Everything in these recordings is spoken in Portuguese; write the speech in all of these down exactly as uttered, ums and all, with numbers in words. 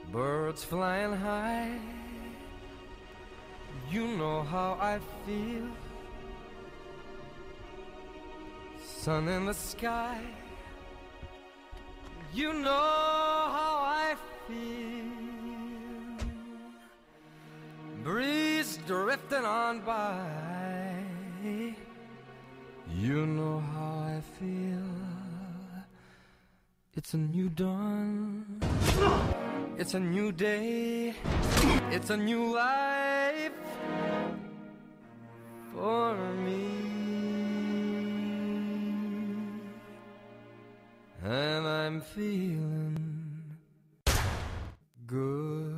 Birds flying high, you know how I feel. Sun in the sky, you know how I feel. Breeze drifting on by, you know how I feel. It's a new dawn, it's a new day, it's a new life for me. And I'm feeling good.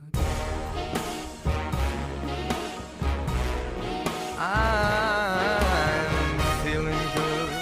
I'm feeling good.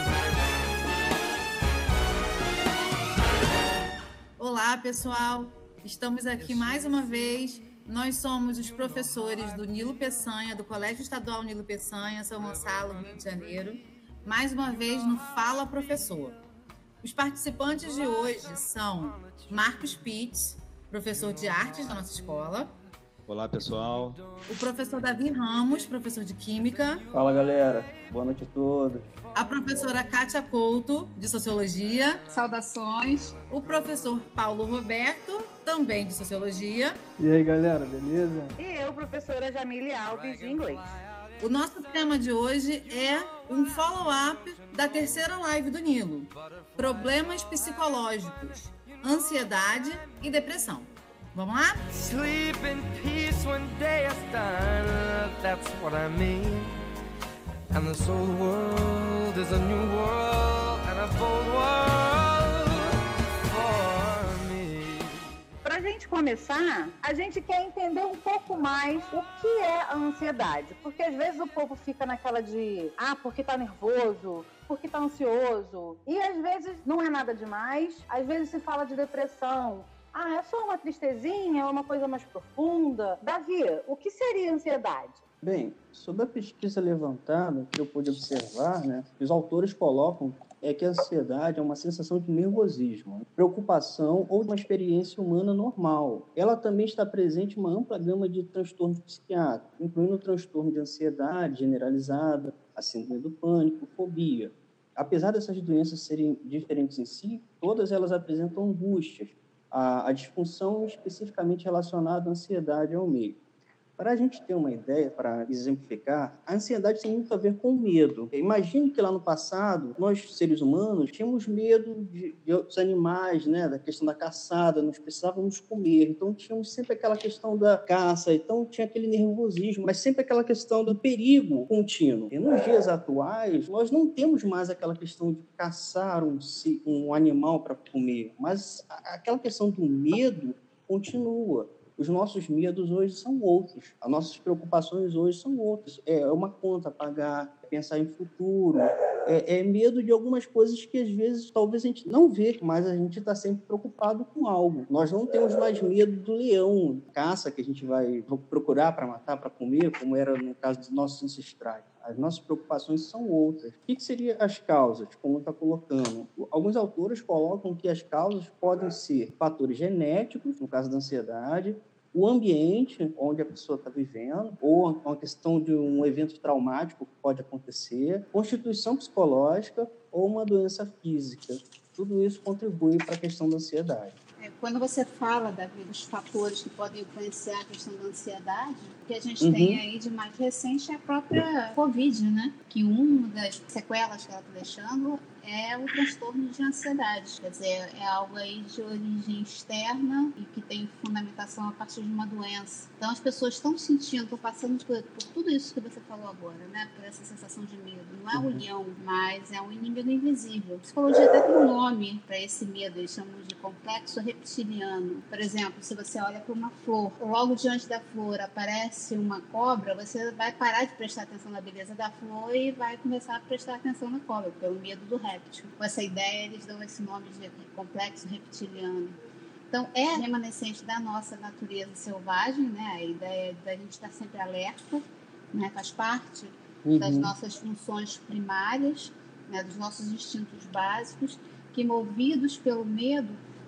Olá, pessoal. Estamos aqui mais uma vez. Nós somos os professores do Nilo Peçanha, do Colégio Estadual Nilo Peçanha, São Gonçalo, Rio de Janeiro. Mais uma vez no Fala Professor. Os participantes de hoje são Marcos Pitts, professor de artes da nossa escola. Olá, pessoal. O professor Davi Ramos, professor de Química. Fala, galera. Boa noite a todos. A professora Kátia Couto, de Sociologia. Saudações. O professor Paulo Roberto, também de Sociologia. E aí, galera, beleza? E eu, professora Jamile Alves, de Inglês. O nosso tema de hoje é um follow-up da terceira live do Nilo. Problemas psicológicos, ansiedade e depressão. Vamos lá? Sleep in peace when day is done, that's what I mean. And this old world is a new world, and a bold world for me. Pra gente começar, a gente quer entender um pouco mais o que é a ansiedade. Porque às vezes o povo fica naquela de, ah, porque tá nervoso, porque tá ansioso. E às vezes não é nada demais, às vezes se fala de depressão. Ah, é só uma tristezinha, é uma coisa mais profunda. Davi, o que seria ansiedade? Bem, sobre a pesquisa levantada, que eu pude observar, né, os autores colocam é que a ansiedade é uma sensação de nervosismo, preocupação ou uma experiência humana normal. Ela também está presente em uma ampla gama de transtornos psiquiátricos, incluindo o transtorno de ansiedade generalizada, a síndrome do pânico, fobia. Apesar dessas doenças serem diferentes em si, todas elas apresentam angústias, a, a disfunção especificamente relacionada à ansiedade ao meio. Para a gente ter uma ideia, para exemplificar, a ansiedade tem muito a ver com medo. Imagine que lá no passado, nós, seres humanos, tínhamos medo de, de outros animais, né? Da questão da caçada, nós precisávamos comer. Então, tínhamos sempre aquela questão da caça, então tinha aquele nervosismo, mas sempre aquela questão do perigo contínuo. E nos dias atuais, nós não temos mais aquela questão de caçar um, um animal para comer, mas aquela questão do medo continua. Os nossos medos hoje são outros, as nossas preocupações hoje são outras. É uma conta a pagar, é pensar em futuro, é, é medo de algumas coisas que às vezes talvez a gente não vê, mas a gente está sempre preocupado com algo. Nós não temos mais medo do leão, caça que a gente vai procurar para matar, para comer, como era no caso dos nossos ancestrais. As nossas preocupações são outras. O que seriam as causas, como está colocando? Alguns autores colocam que as causas podem ser fatores genéticos, no caso da ansiedade, o ambiente onde a pessoa está vivendo, ou uma questão de um evento traumático que pode acontecer, constituição psicológica ou uma doença física. Tudo isso contribui para a questão da ansiedade. Quando você fala, Davi, dos fatores que podem influenciar a questão da ansiedade, o que a gente Uhum. tem aí de mais recente é a própria Covid, né? Que uma das sequelas que ela está deixando é o transtorno de ansiedade. Quer dizer, é algo aí de origem externa e que tem fundamentação a partir de uma doença. Então, as pessoas estão sentindo, estão passando por, por tudo isso que você falou agora, né? Por essa sensação de medo. Não é o leão, mas é um inimigo invisível. A psicologia até tem um nome para esse medo, eles chamam de complexo reptiliano. Por exemplo, se você olha para uma flor, logo diante da flor aparece uma cobra, você vai parar de prestar atenção na beleza da flor e vai começar a prestar atenção na cobra, pelo medo do réptil. Com essa ideia, eles dão esse nome de complexo reptiliano. Então, é remanescente da nossa natureza selvagem, né? A ideia da gente estar sempre alerta, né? Faz parte uhum. das nossas funções primárias, né? Dos nossos instintos básicos, que movidos pelo medo,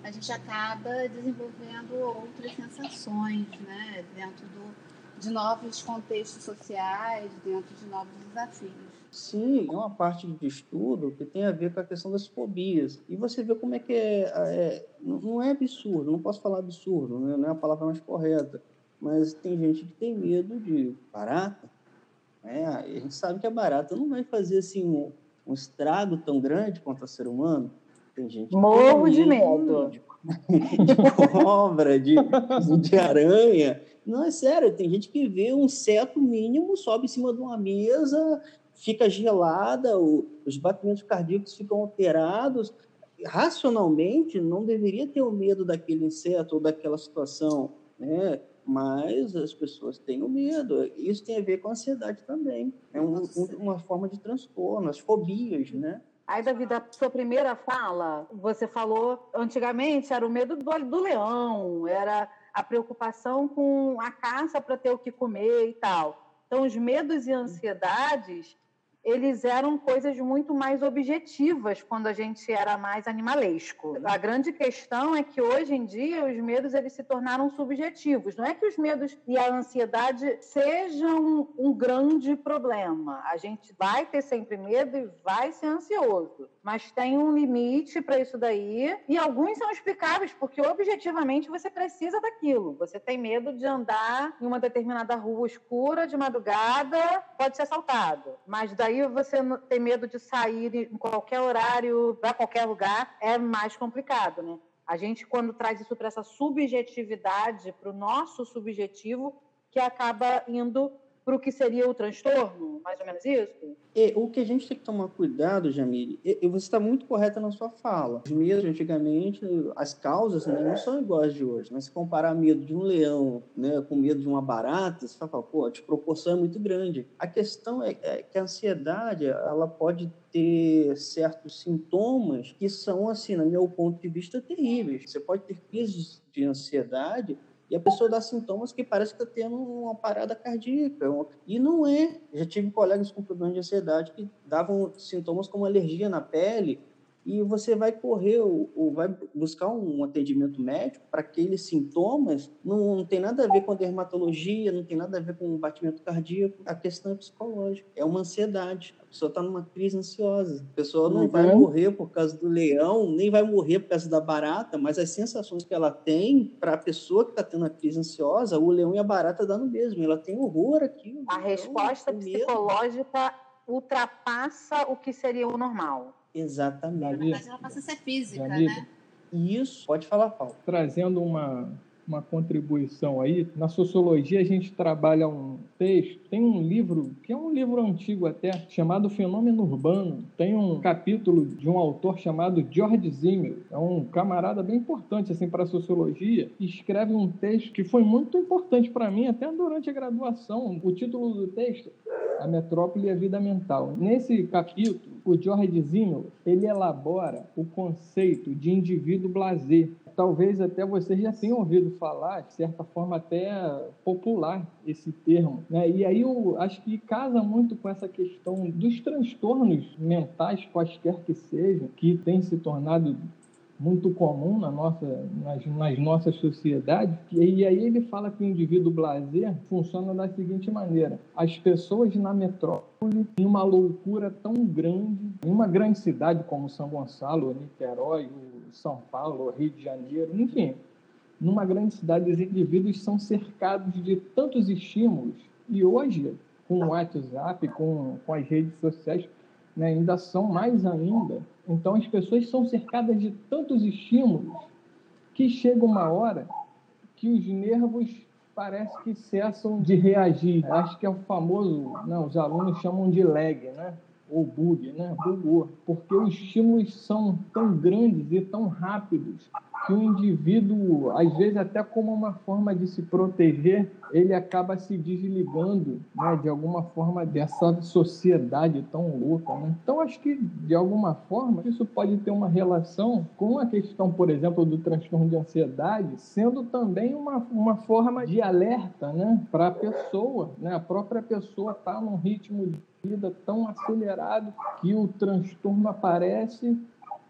a gente acaba desenvolvendo outras sensações, né? Dentro do, de novos contextos sociais, dentro de novos desafios. Sim, é uma parte de estudo que tem a ver com a questão das fobias. E você vê como é que é, é não é absurdo, não posso falar absurdo, né? Não é a palavra mais correta, mas tem gente que tem medo de barata. Né? A gente sabe que a barata não vai fazer assim, um, um estrago tão grande contra o ser humano. Tem gente que Morro tem de medo medo. De, de cobra, de, de aranha. Não, é sério, tem gente que vê um inseto mínimo, sobe em cima de uma mesa, fica gelada, o, os batimentos cardíacos ficam alterados. Racionalmente, não deveria ter o medo daquele inseto ou daquela situação, né? Mas as pessoas têm o medo. Isso tem a ver com a ansiedade também. É um, um, uma forma de transtorno, as fobias, né? Aí, Davi, da sua primeira fala, você falou, antigamente era o medo do, do leão, era a preocupação com a caça para ter o que comer e tal. Então, os medos e ansiedades, eles eram coisas muito mais objetivas quando a gente era mais animalesco. A grande questão é que hoje em dia os medos eles se tornaram subjetivos. Não é que os medos e a ansiedade sejam um grande problema. A gente vai ter sempre medo e vai ser ansioso, mas tem um limite para isso daí e alguns são explicáveis porque objetivamente você precisa daquilo. Você tem medo de andar em uma determinada rua escura de madrugada, pode ser assaltado, mas daí Aí você tem medo de sair em qualquer horário, para qualquer lugar, é mais complicado, né? A gente, quando traz isso para essa subjetividade, para o nosso subjetivo, que acaba indo para o que seria o transtorno, mais ou menos isso? E, o que a gente tem que tomar cuidado, Jamile, e, e você está muito correta na sua fala. Os medos, antigamente, as causas, né, não são iguais de hoje. Mas se comparar medo de um leão, né, com medo de uma barata, você fala, pô, a desproporção é muito grande. A questão é, é que a ansiedade, ela pode ter certos sintomas que são, assim, no meu ponto de vista, terríveis. Você pode ter crises de ansiedade e a pessoa dá sintomas que parece que está tendo uma parada cardíaca. E não é. Já tive colegas com problemas de ansiedade que davam sintomas como alergia na pele e você vai correr ou, ou vai buscar um atendimento médico para aqueles sintomas. Não, não tem nada a ver com a dermatologia, não tem nada a ver com o batimento cardíaco. A questão é psicológica. É uma ansiedade. A pessoa está numa crise ansiosa. A pessoa não uhum. vai morrer por causa do leão, nem vai morrer por causa da barata, mas as sensações que ela tem, para a pessoa que está tendo a crise ansiosa, o leão e a barata dá no mesmo. Ela tem horror aqui. A resposta psicológica ultrapassa o que seria o normal. Exatamente. Mas ela passa a ser física, Jamile, né? Isso. Pode falar, Paulo. Trazendo uma... uma contribuição aí. Na sociologia a gente trabalha um texto, tem um livro, que é um livro antigo até, chamado Fenômeno Urbano. Tem um capítulo de um autor chamado George Simmel, é um camarada bem importante assim, para a sociologia, e escreve um texto que foi muito importante para mim até durante a graduação. O título do texto, A Metrópole e a Vida Mental. Nesse capítulo, o George Simmel, ele elabora o conceito de indivíduo blasé. Talvez até vocês já tenham ouvido falar, de certa forma até popular, esse termo, né? E aí eu acho que casa muito com essa questão dos transtornos mentais, quaisquer que sejam, que tem se tornado muito comum na nossa, nas, nas nossas sociedades. E aí ele fala que o indivíduo blasé funciona da seguinte maneira: as pessoas na metrópole, em uma loucura tão grande, em uma grande cidade como São Gonçalo, Niterói, São Paulo, Rio de Janeiro, enfim, numa grande cidade os indivíduos são cercados de tantos estímulos, e hoje, com o WhatsApp, com, com as redes sociais, né, ainda são mais ainda. Então as pessoas são cercadas de tantos estímulos que chega uma hora que os nervos parece que cessam de reagir. Acho que é o famoso, não, os alunos chamam de lag, né? Ou bug, né? Bugou. Porque os estímulos são tão grandes e tão rápidos que o indivíduo, às vezes até como uma forma de se proteger, ele acaba se desligando, né, de alguma forma dessa sociedade tão louca, né? Então, acho que, de alguma forma, isso pode ter uma relação com a questão, por exemplo, do transtorno de ansiedade, sendo também uma, uma forma de alerta, né, para a pessoa, né? A própria pessoa está num ritmo de vida tão acelerado que o transtorno aparece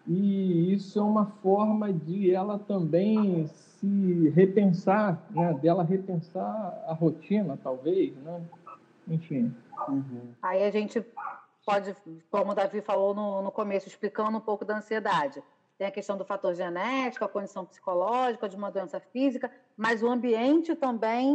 e isso é uma forma de ela também se repensar, né? Dela repensar a rotina, talvez, né? Enfim. Uhum. Aí a gente pode, como o Davi falou no, no começo, explicando um pouco da ansiedade. Tem a questão do fator genético, a condição psicológica, de uma doença física, mas o ambiente também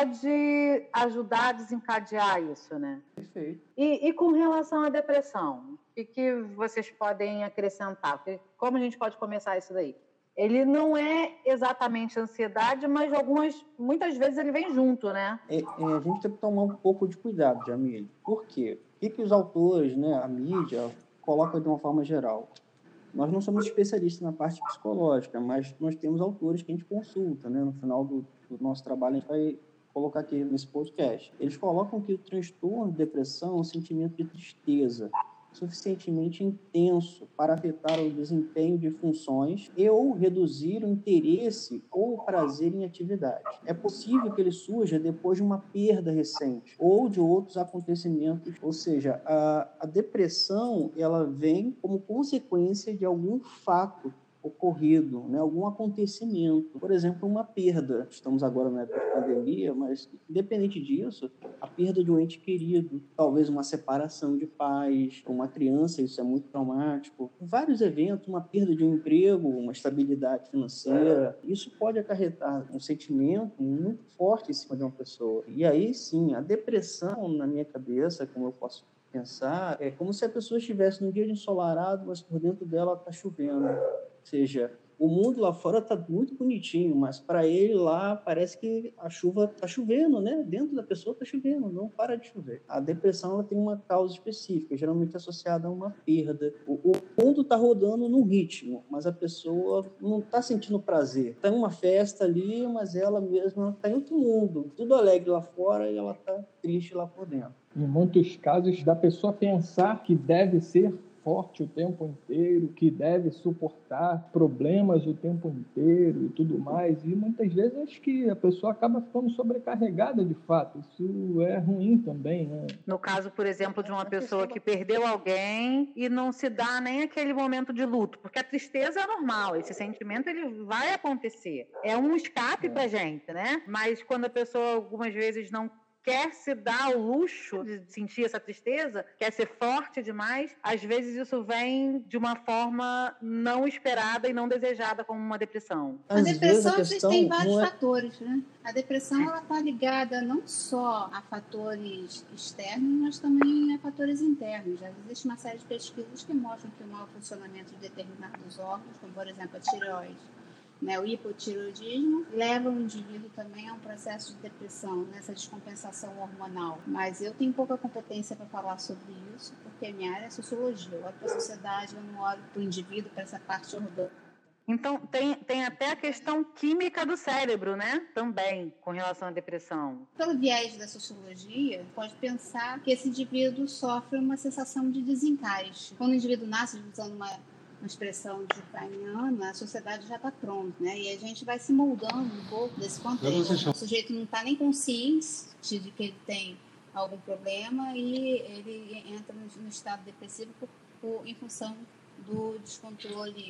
pode ajudar a desencadear isso, né? Perfeito. E, e com relação à depressão, o que, que vocês podem acrescentar? Como a gente pode começar isso daí? Ele não é exatamente ansiedade, mas algumas, muitas vezes ele vem junto, né? É, é, a gente tem que tomar um pouco de cuidado, Jamile. Por quê? O que, que os autores, né, a mídia, colocam de uma forma geral? Nós não somos especialistas na parte psicológica, mas nós temos autores que a gente consulta, né? No final do, do nosso trabalho, a gente vai colocar aqui nesse podcast. Eles colocam que o transtorno de depressão é um sentimento de tristeza suficientemente intenso para afetar o desempenho de funções e ou reduzir o interesse ou o prazer em atividade. É possível que ele surja depois de uma perda recente ou de outros acontecimentos, ou seja, a, a depressão ela vem como consequência de algum fato ocorrido, né, algum acontecimento, por exemplo, uma perda. Estamos agora na época de pandemia, mas independente disso, a perda de um ente querido, talvez uma separação de pais, uma criança, isso é muito traumático. Vários eventos, uma perda de um emprego, uma estabilidade financeira, isso pode acarretar um sentimento muito forte em cima de uma pessoa. E aí sim, a depressão, na minha cabeça, como eu posso pensar, é como se a pessoa estivesse num dia de ensolarado, mas por dentro dela está chovendo. Ou seja, o mundo lá fora está muito bonitinho, mas para ele lá parece que a chuva está chovendo, né? Dentro da pessoa está chovendo, não para de chover. A depressão ela tem uma causa específica, geralmente associada a uma perda. O, o mundo está rodando num ritmo, mas a pessoa não está sentindo prazer. Está em uma festa ali, mas ela mesma está em outro mundo. Tudo alegre lá fora e ela está triste lá por dentro. Em muitos casos, da pessoa pensar que deve ser forte o tempo inteiro, que deve suportar problemas o tempo inteiro e tudo mais. E muitas vezes acho que a pessoa acaba ficando sobrecarregada de fato. Isso é ruim também, né? No caso, por exemplo, de uma pessoa que perdeu alguém e não se dá nem aquele momento de luto, porque a tristeza é normal, esse sentimento ele vai acontecer. É um escape É. pra gente, né? Mas quando a pessoa algumas vezes não quer se dar o luxo de sentir essa tristeza, quer ser forte demais, às vezes isso vem de uma forma não esperada e não desejada, como uma depressão. A Às depressão vezes a questão tem vários não é... fatores, né? A depressão ela está ligada não só a fatores externos, mas também a fatores internos. Já existe uma série de pesquisas que mostram que o mau funcionamento de determinados órgãos, como por exemplo a tireoide, né, o hipotireoidismo, leva o indivíduo também a um processo de depressão, nessa descompensação hormonal. Mas eu tenho pouca competência para falar sobre isso, porque a minha área é sociologia. Eu olho para a sociedade, eu não olho para o indivíduo, para essa parte urbana. Então, tem, tem até a questão química do cérebro, né? Também, com relação à depressão. Pelo viés da sociologia, pode pensar que esse indivíduo sofre uma sensação de desencaixe. Quando o indivíduo nasce usando uma uma expressão de Feynman, a sociedade já está pronta, né? E a gente vai se moldando um pouco desse contexto. O sujeito não está nem consciente de que ele tem algum problema e ele entra no estado depressivo por, por, em função do descontrole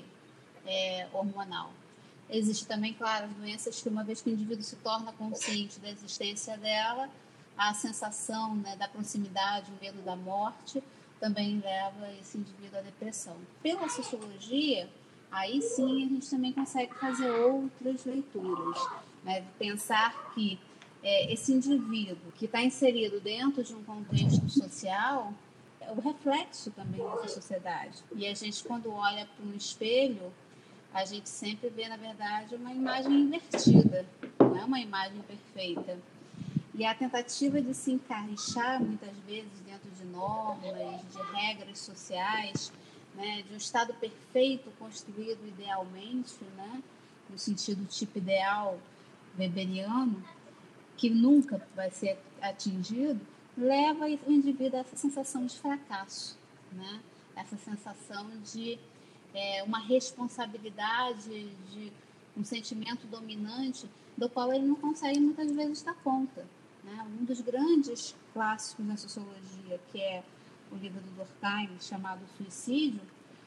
é, hormonal. Existe também, claro, as doenças que uma vez que o indivíduo se torna consciente da existência dela, a sensação, né, da proximidade, o medo da morte, também leva esse indivíduo à depressão. Pela sociologia, aí sim a gente também consegue fazer outras leituras, né? Pensar que é, esse indivíduo que está inserido dentro de um contexto social é o reflexo também dessa sociedade. E a gente, quando olha para um espelho, a gente sempre vê, na verdade, uma imagem invertida, não é uma imagem perfeita. E a tentativa de se encaixar, muitas vezes, dentro de normas, de regras sociais, né, de um estado perfeito construído idealmente, né, no sentido tipo ideal weberiano, que nunca vai ser atingido, leva o indivíduo a essa sensação de fracasso, né, essa sensação de é, uma responsabilidade, de um sentimento dominante, do qual ele não consegue muitas vezes dar conta. Um dos grandes clássicos da sociologia, que é o livro do Durkheim, chamado Suicídio,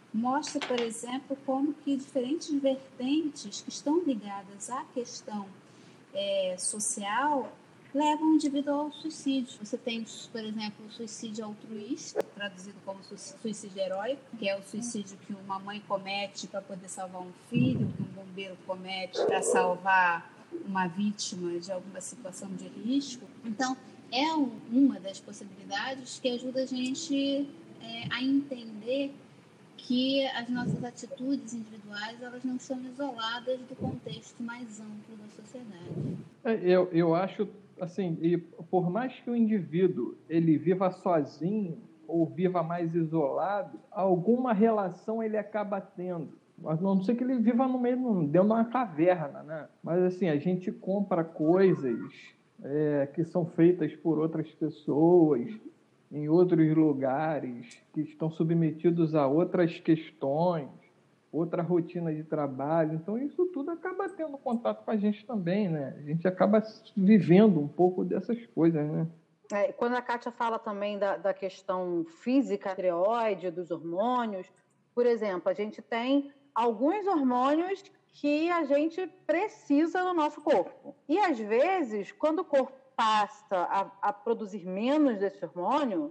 mostra, por exemplo, como que diferentes vertentes que estão ligadas à questão é, social levam o indivíduo ao suicídio. Você tem, por exemplo, o suicídio altruísta, traduzido como suicídio heróico, que é o suicídio que uma mãe comete para poder salvar um filho, que um bombeiro comete para salvar uma vítima de alguma situação de risco. Então, é uma das possibilidades que ajuda a gente é, a entender que as nossas atitudes individuais elas não estão isoladas do contexto mais amplo da sociedade. Eu, eu acho, assim, e por mais que o indivíduo ele viva sozinho ou viva mais isolado, alguma relação ele acaba tendo. A não ser que ele viva no meio, dentro de uma caverna, né? Mas, assim, a gente compra coisas é, que são feitas por outras pessoas, em outros lugares, que estão submetidos a outras questões, outra rotina de trabalho. Então, isso tudo acaba tendo contato com a gente também, né? A gente acaba vivendo um pouco dessas coisas, né? É, quando a Kátia fala também da, da questão física, tireoide, dos hormônios, por exemplo, a gente tem alguns hormônios que a gente precisa no nosso corpo. E, às vezes, quando o corpo passa a, a produzir menos desse hormônio,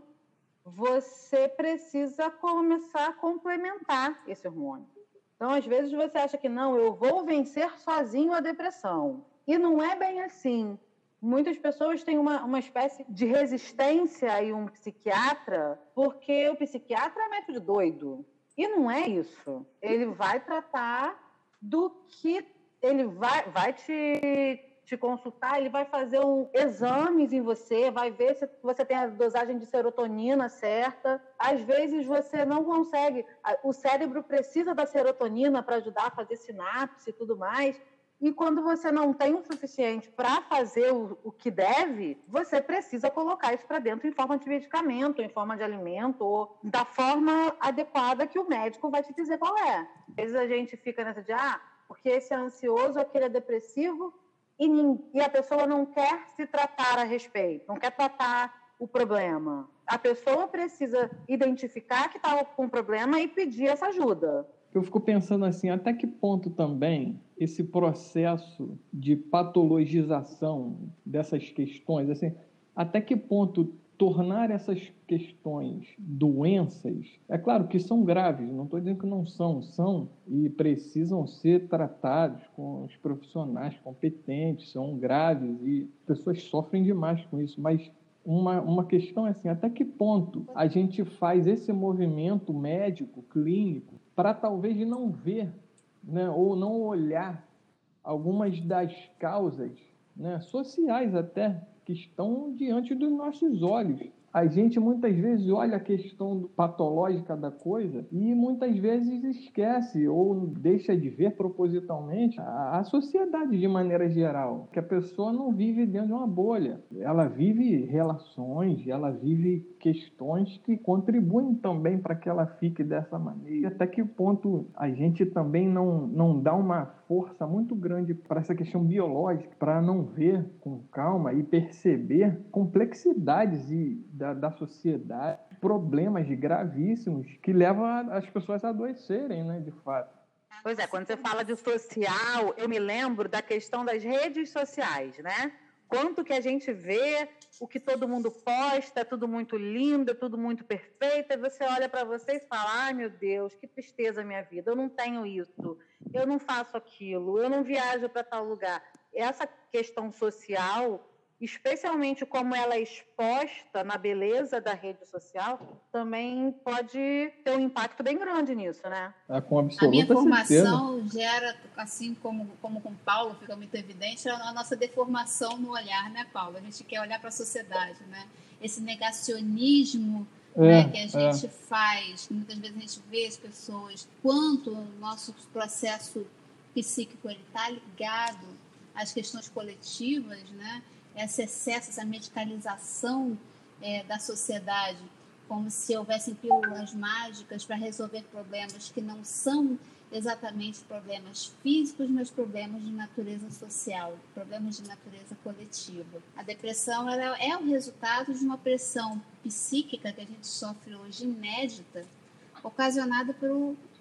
você precisa começar a complementar esse hormônio. Então, às vezes, você acha que não, eu vou vencer sozinho a depressão. E não é bem assim. Muitas pessoas têm uma, uma espécie de resistência a um psiquiatra, porque o psiquiatra é método de doido. E não é isso. Ele vai tratar do que... Ele vai, vai te... te consultar, ele vai fazer um, exames em você, vai ver se você tem a dosagem de serotonina certa. Às vezes você não consegue, o cérebro precisa da serotonina para ajudar a fazer sinapse e tudo mais, e quando você não tem o suficiente para fazer o, o que deve, você precisa colocar isso para dentro em forma de medicamento, em forma de alimento, ou da forma adequada que o médico vai te dizer qual é. Às vezes a gente fica nessa de, ah, porque esse é ansioso, aquele é depressivo, E, e a pessoa não quer se tratar a respeito, não quer tratar o problema. A pessoa precisa identificar que está com um problema e pedir essa ajuda. Eu fico pensando assim, até que ponto também esse processo de patologização dessas questões, assim, até que ponto tornar essas questões doenças, é claro que são graves, não estou dizendo que não são, são e precisam ser tratados com os profissionais competentes, são graves e pessoas sofrem demais com isso, mas uma, uma questão é assim, até que ponto a gente faz esse movimento médico, clínico, para talvez não ver, né, ou não olhar algumas das causas, né, sociais até, que estão diante dos nossos olhos. A gente muitas vezes olha a questão patológica da coisa e muitas vezes esquece ou deixa de ver propositalmente a, a sociedade de maneira geral, que a pessoa não vive dentro de uma bolha. Ela vive relações, ela vive questões que contribuem também para que ela fique dessa maneira. E até que ponto a gente também não, não dá uma força muito grande para essa questão biológica, para não ver com calma e perceber complexidades e, da, da sociedade, problemas gravíssimos que levam as pessoas a adoecerem, né, de fato. Pois é, quando você fala de social, eu me lembro da questão das redes sociais, né? Quanto que a gente vê o que todo mundo posta, é tudo muito lindo, é tudo muito perfeito, e você olha para você e fala, ai meu Deus, que tristeza a minha vida, eu não tenho isso, eu não faço aquilo, eu não viajo para tal lugar. Essa questão social, especialmente como ela é exposta na beleza da rede social, também pode ter um impacto bem grande nisso, né? É, com absoluta a minha formação certeza. gera, assim como, como com o Paulo, fica muito evidente, a nossa deformação no olhar, né, Paulo? A gente quer olhar para a sociedade, né? Esse negacionismo É, né, que a gente é. faz, que muitas vezes a gente vê as pessoas, quanto o nosso processo psíquico está ligado às questões coletivas, né? Esse excesso, essa medicalização é, da sociedade, como se houvessem pílulas mágicas para resolver problemas que não são exatamente problemas físicos, mas problemas de natureza social, problemas de natureza coletiva. A depressão ela é o resultado de uma pressão psíquica que a gente sofre hoje inédita, ocasionada pelo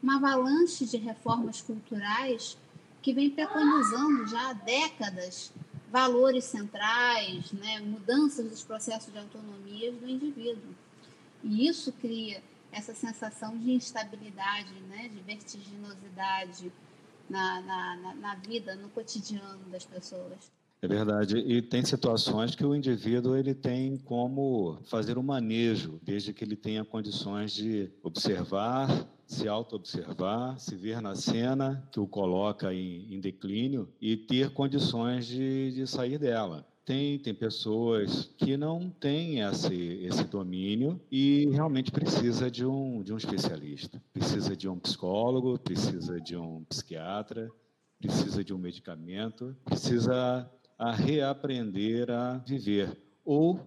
uma avalanche de reformas culturais que vem preconizando já há décadas valores centrais, né, mudanças dos processos de autonomia do indivíduo. E isso cria essa sensação de instabilidade, né, de vertiginosidade na, na, na, na vida, no cotidiano das pessoas. É verdade. E tem situações que o indivíduo ele tem como fazer um manejo, desde que ele tenha condições de observar, se auto-observar, se ver na cena que o coloca em, em declínio e ter condições de, de sair dela. Tem, tem pessoas que não têm esse, esse domínio e realmente precisa de um, de um especialista. Precisa de um psicólogo, precisa de um psiquiatra, precisa de um medicamento, precisa a reaprender a viver ou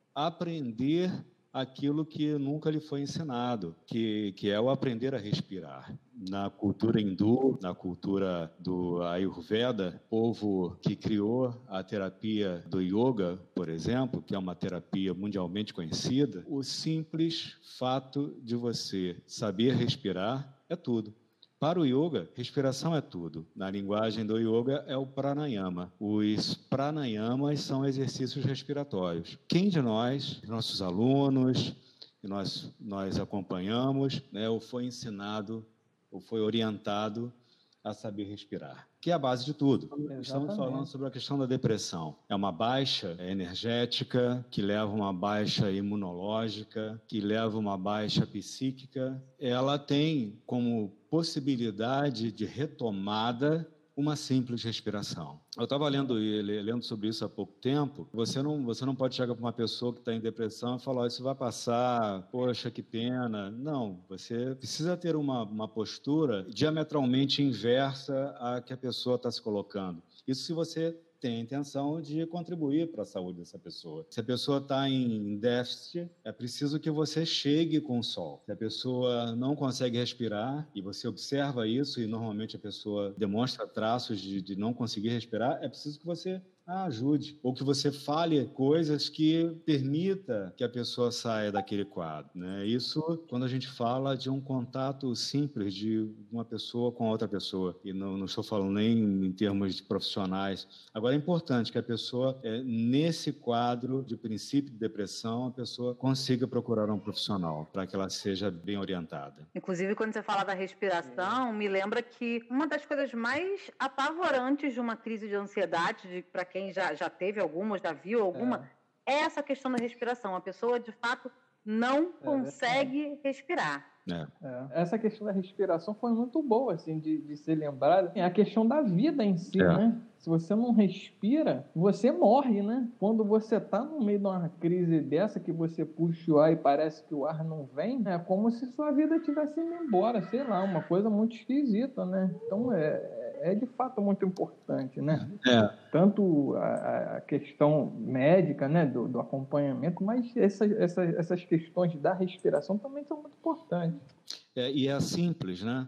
aprender aquilo que nunca lhe foi ensinado, que, que é o aprender a respirar. Na cultura hindu, na cultura do Ayurveda, povo que criou a terapia do yoga, por exemplo, que é uma terapia mundialmente conhecida, o simples fato de você saber respirar é tudo. Para o yoga, respiração é tudo. Na linguagem do yoga é o pranayama. Os pranayamas são exercícios respiratórios. Quem de nós, nossos alunos, que nós, nós acompanhamos, né, ou foi ensinado, ou foi orientado a saber respirar? Que é a base de tudo. Exatamente. Estamos falando sobre a questão da depressão. É uma baixa energética, que leva uma baixa imunológica, que leva uma baixa psíquica. Ela tem como possibilidade de retomada uma simples respiração. Eu estava lendo, lendo sobre isso há pouco tempo. Você não, você não pode chegar para uma pessoa que está em depressão e falar, oh, isso vai passar, poxa, que pena. Não, você precisa ter uma, uma postura diametralmente inversa à que a pessoa está se colocando. Isso se você tem a intenção de contribuir para a saúde dessa pessoa. Se a pessoa está em déficit, é preciso que você chegue com o sol. Se a pessoa não consegue respirar, e você observa isso, e normalmente a pessoa demonstra traços de, de não conseguir respirar, é preciso que você a ajude, ou que você fale coisas que permita que a pessoa saia daquele quadro, né? Isso quando a gente fala de um contato simples de uma pessoa com outra pessoa, e não, não estou falando nem em termos de profissionais. Agora é importante que a pessoa, é, nesse quadro de princípio de depressão, a pessoa consiga procurar um profissional para que ela seja bem orientada. Inclusive, quando você fala da respiração, me lembra que uma das coisas mais apavorantes de uma crise de ansiedade, para quem já, já teve alguma, já viu alguma, é. é essa questão da respiração. A pessoa, de fato, não é, consegue é. respirar. É. É. Essa questão da respiração foi muito boa, assim, de, de ser lembrada. É a questão da vida em si, é. né? Se você não respira, você morre, né? Quando você está no meio de uma crise dessa, que você puxa o ar e parece que o ar não vem, é como se sua vida tivesse indo embora, sei lá, uma coisa muito esquisita, né? Então, é... é de fato muito importante, né? É. Tanto a, a questão médica, né, do, do acompanhamento, mas essa, essa, essas questões da respiração também são muito importantes. É, e é simples, né?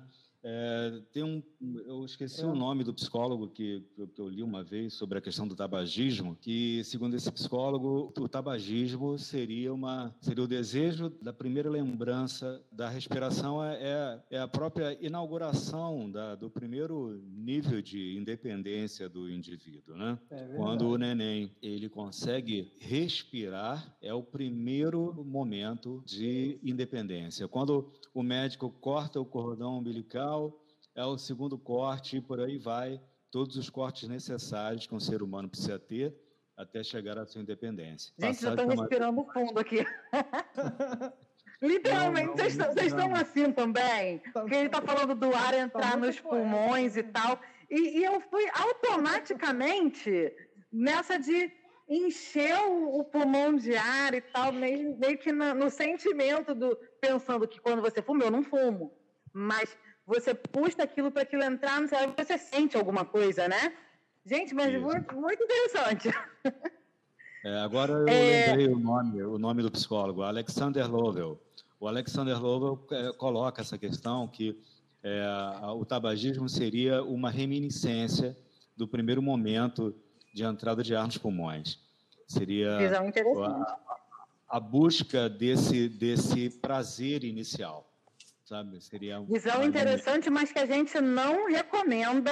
É, tem um, eu esqueci é. o nome do psicólogo que, que eu li uma vez sobre a questão do tabagismo, que, segundo esse psicólogo, o tabagismo seria, uma, seria o desejo da primeira lembrança da respiração, é, é a própria inauguração da, do primeiro nível de independência do indivíduo, né? É Quando o neném ele consegue respirar, é o primeiro momento de independência. Quando o médico corta o cordão umbilical, é o segundo corte e por aí vai, todos os cortes necessários que um ser humano precisa ter até chegar à sua independência. Gente, já estou respirando uma... fundo aqui. Literalmente, não, não, vocês, não, vocês não. estão assim também? Porque ele está falando do ar entrar tá nos pulmões e tal. E, e eu fui automaticamente nessa de encher o, o pulmão de ar e tal, meio, meio que no, no sentimento do... Pensando que quando você fuma, eu não fumo. Mas... você puxa aquilo para aquilo entrar no cérebro, você sente alguma coisa, né? Gente, mas muito, muito interessante. É, agora eu é... lembrei o nome, o nome do psicólogo, Alexander Lovell. O Alexander Lovell é, coloca essa questão que é, o tabagismo seria uma reminiscência do primeiro momento de entrada de ar nos pulmões. Seria a, a busca desse, desse prazer inicial. sabe? Seria visão interessante, mas que a gente não recomenda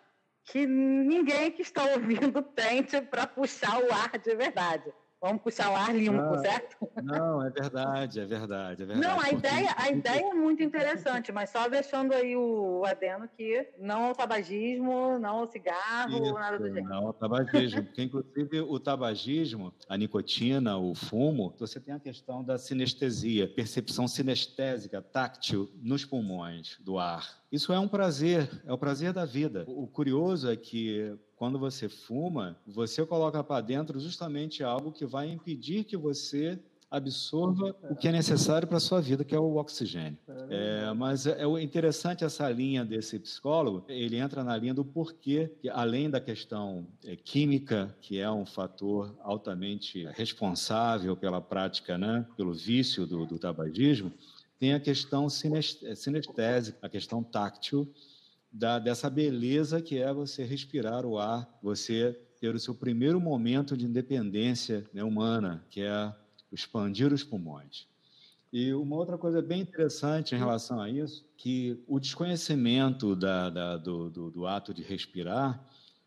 que ninguém que está ouvindo tente para puxar o ar de verdade. Vamos puxar o ar limpo, não, certo? Não, é verdade, é verdade, é verdade. Não, a, porque... ideia, a ideia é muito interessante, mas só deixando aí o adendo que não ao tabagismo, não ao cigarro, Isso, nada do gênero. não ao tabagismo, porque inclusive o tabagismo, a nicotina, o fumo, você tem a questão da sinestesia, percepção sinestésica, táctil nos pulmões do ar. Isso é um prazer, é o prazer da vida. O curioso é que quando você fuma, você coloca para dentro justamente algo que vai impedir que você absorva o que é necessário para a sua vida, que é o oxigênio. É, mas é interessante essa linha desse psicólogo, ele entra na linha do porquê, que além da questão é, química, que é um fator altamente responsável pela prática, né, pelo vício do, do tabagismo, tem a questão sinestésica, a questão táctil, da, dessa beleza que é você respirar o ar, você ter o seu primeiro momento de independência, né, humana, que é expandir os pulmões. E uma outra coisa bem interessante em relação a isso, que o desconhecimento da, da, do, do, do ato de respirar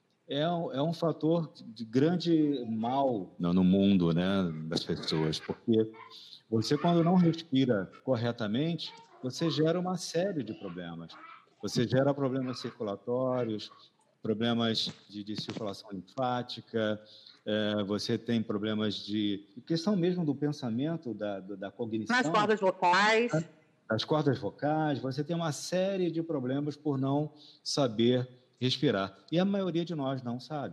é um, é um fator de grande mal no, no mundo, né, das pessoas, porque você, quando não respira corretamente, você gera uma série de problemas. Você gera problemas circulatórios, problemas de, de circulação linfática, é, você tem problemas de questão mesmo do pensamento, da, da cognição. Nas cordas vocais. As cordas vocais, você tem uma série de problemas por não saber respirar. E a maioria de nós não sabe,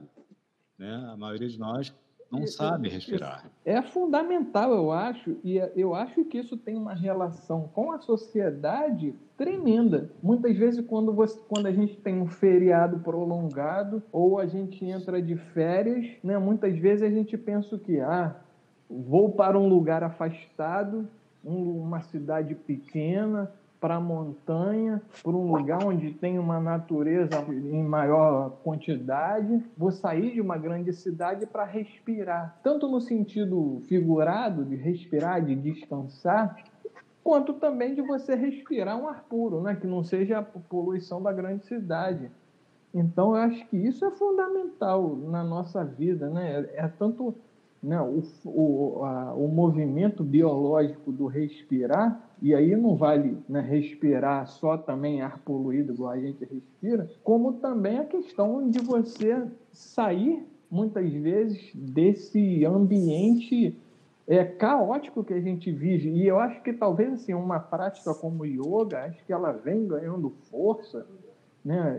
né? A maioria de nós não sabe respirar. É fundamental, eu acho, e eu acho que isso tem uma relação com a sociedade tremenda. Muitas vezes, quando, você, quando a gente tem um feriado prolongado ou a gente entra de férias, né, muitas vezes a gente pensa que, ah, vou para um lugar afastado, um, uma cidade pequena, para a montanha, para um lugar onde tem uma natureza em maior quantidade. Vou sair de uma grande cidade para respirar, tanto no sentido figurado, de respirar, de descansar, quanto também de você respirar um ar puro, né? Que não seja a poluição da grande cidade. Então, eu acho que isso é fundamental na nossa vida, né? É, é tanto... Não, o, o, a, o movimento biológico do respirar, e aí não vale, né, respirar só também ar poluído, igual a gente respira, como também a questão de você sair, muitas vezes, desse ambiente é, caótico que a gente vive. E eu acho que talvez assim, uma prática como o yoga, acho que ela vem ganhando força, né,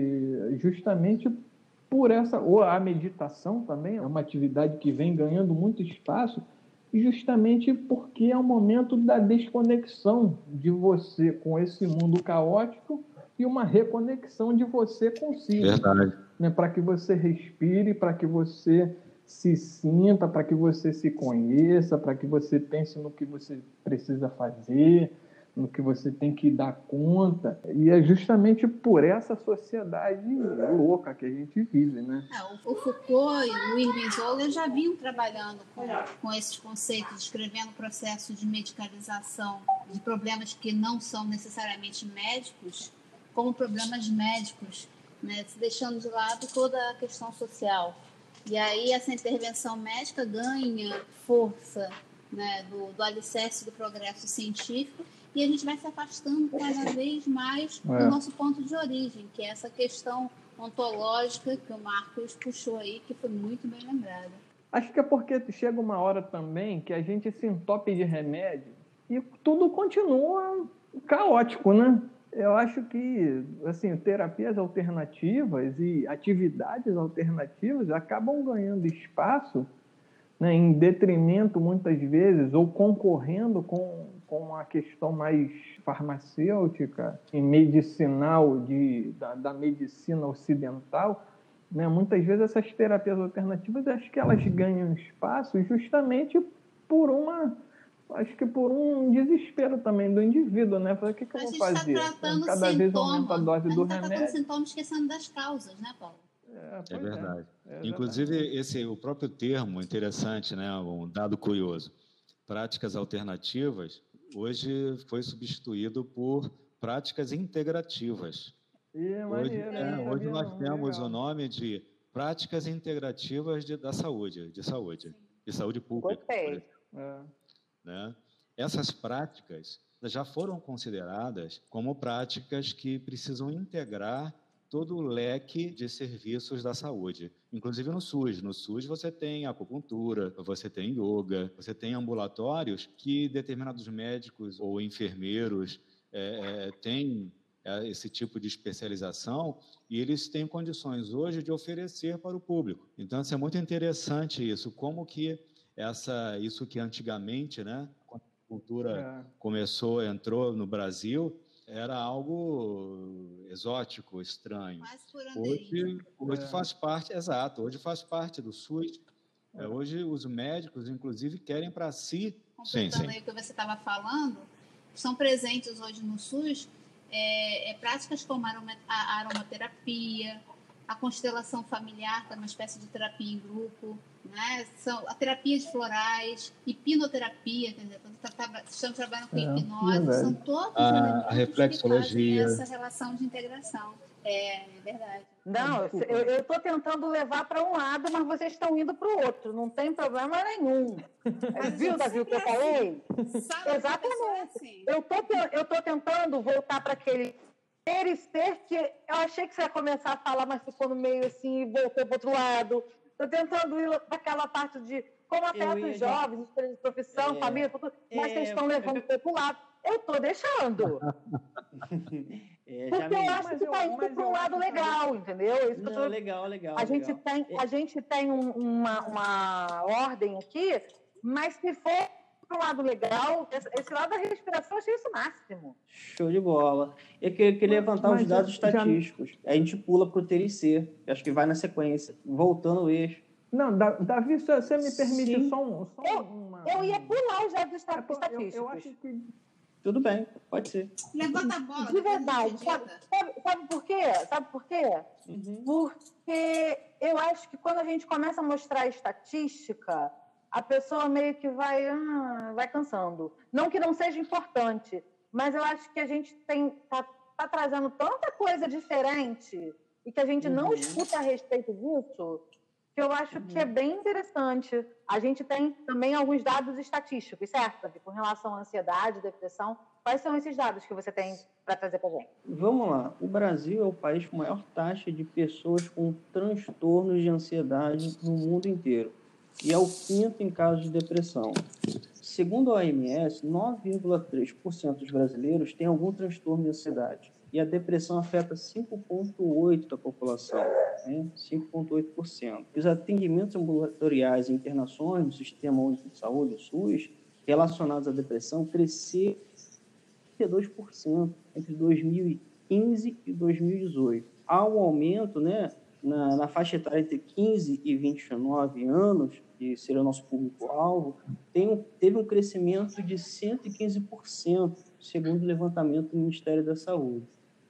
e justamente por essa, ou a meditação também é uma atividade que vem ganhando muito espaço, justamente porque é o momento da desconexão de você com esse mundo caótico e uma reconexão de você consigo. Verdade. Né, para que você respire, para que você se sinta, para que você se conheça, para que você pense no que você precisa fazer, no que você tem que dar conta. E é justamente por essa sociedade louca que a gente vive, né? É, o Foucault e o Irving Zoller já vinham trabalhando com, com esses conceitos, descrevendo o processo de medicalização de problemas que não são necessariamente médicos, como problemas médicos, né? Deixando de lado toda a questão social. E aí essa intervenção médica ganha força, né, do, do alicerce do progresso científico, e a gente vai se afastando cada vez mais do é. nosso ponto de origem, que é essa questão ontológica que o Marcos puxou aí, que foi muito bem lembrada. Acho que é porque chega uma hora também que a gente se entope de remédio e tudo continua caótico, né? Eu acho que, assim, terapias alternativas e atividades alternativas acabam ganhando espaço, né, em detrimento, muitas vezes, ou concorrendo com, com a questão mais farmacêutica e medicinal de, da, da medicina ocidental, né? Muitas vezes essas terapias alternativas, acho que elas ganham espaço justamente por uma... Acho que por um desespero também do indivíduo, né? Falar, o que, que eu vou fazer? Tá tratando Cada sintoma, vez aumenta a dose do a gente tá remédio. tratando sintomas esquecendo das causas, né, Paulo? É, É verdade. É, é Inclusive, esse, o próprio termo interessante, né? Um dado curioso. Práticas alternativas hoje foi substituído por práticas integrativas. Ih, Hoje, maneiro, é, não hoje sabia nós não, temos legal. o nome de práticas integrativas de, da saúde, de saúde, de saúde pública, por Gostei. exemplo, É. né? Essas práticas já foram consideradas como práticas que precisam integrar todo o leque de serviços da saúde, inclusive no SUS. No SUS você tem acupuntura, você tem yoga, você tem ambulatórios que determinados médicos ou enfermeiros é, é, têm é, esse tipo de especialização e eles têm condições hoje de oferecer para o público. Então, isso é muito interessante isso, como que essa, isso que antigamente, né, quando a cultura É. começou, entrou no Brasil, era algo exótico, estranho. Quase por Hoje, andeirinho. hoje É. faz parte, exato, hoje faz parte do SUS. É, hoje os médicos, inclusive, querem para si... Sim, Completando sim. aí o que você estava falando, são presentes hoje no SUS é, é, práticas como a, aroma, a aromaterapia, a constelação familiar, que é uma espécie de terapia em grupo, né? São a terapia de florais, hipnoterapia, quer dizer, quando tá, estamos trabalhando com É, hipnose, verdade. são todos A- a elementos que reflexologia. fazem essa relação de integração. É, é verdade. Não, Desculpa. eu, eu tô tentando levar para um lado, mas vocês estão indo para o outro. Não tem problema nenhum. Mas Viu, Davi, o que eu falei? Sabe, a Exatamente. pessoa é assim. Eu tô, te- eu tô tentando voltar para aquele ter e ser que eu achei que você ia começar a falar, mas ficou no meio assim e voltou para outro lado. Tô tentando ir para aquela parte de como afeta ia os jovens, escolha de profissão, É, família, tudo, mas é, vocês estão é, levando para outro lado. Eu tô deixando. É, Porque Jamile. eu acho Mas que eu- tá indo mas para eu um lado acho que- legal, entendeu? Isso que eu Não, tô- legal, legal. A gente legal. tem, a gente tem um- uma, uma ordem aqui, mas se for para o lado legal, esse, esse lado da respiração, eu achei isso o máximo. Show de bola. Eu queria, queria Mas- levantar mas os dados já- estatísticos. A gente pula para o T I C. Acho que vai na sequência. Voltando ao eixo. Não, Da- Davi, você você me permite Sim. só, um, só Eu- uma... Eu ia pular os dados É, esta- pô, eu, estatísticos. eu acho que... Tudo bem, pode ser. Levanta a bola. De depois a verdade, gente sabe, edita. sabe, sabe por quê? Sabe por quê? Uhum. Porque eu acho que quando a gente começa a mostrar estatística, a pessoa meio que vai, ah, vai cansando. Não que não seja importante, mas eu acho que a gente tem tá, tá trazendo tanta coisa diferente e que a gente não Uhum. escuta a respeito disso, que eu acho que é bem interessante. A gente tem também alguns dados estatísticos, certo, Davi? Com relação à ansiedade, depressão. Quais são esses dados que você tem para trazer para a gente? Vamos lá. O Brasil é o país com maior taxa de pessoas com transtornos de ansiedade no mundo inteiro. E é o quinto em casos de depressão. Segundo a O M S, nove vírgula três por cento dos brasileiros têm algum transtorno de ansiedade. E a depressão afeta cinco vírgula oito por cento da população. Né? cinco vírgula oito por cento. Os atendimentos ambulatoriais e internações do Sistema Único de Saúde, o SUS, relacionados à depressão, cresceram trinta e dois por cento entre dois mil e quinze e dois mil e dezoito. Há um aumento, né, na, na faixa etária entre quinze e vinte e nove anos, que seria o nosso público-alvo, tem um, teve um crescimento de cento e quinze por cento, segundo o levantamento do Ministério da Saúde.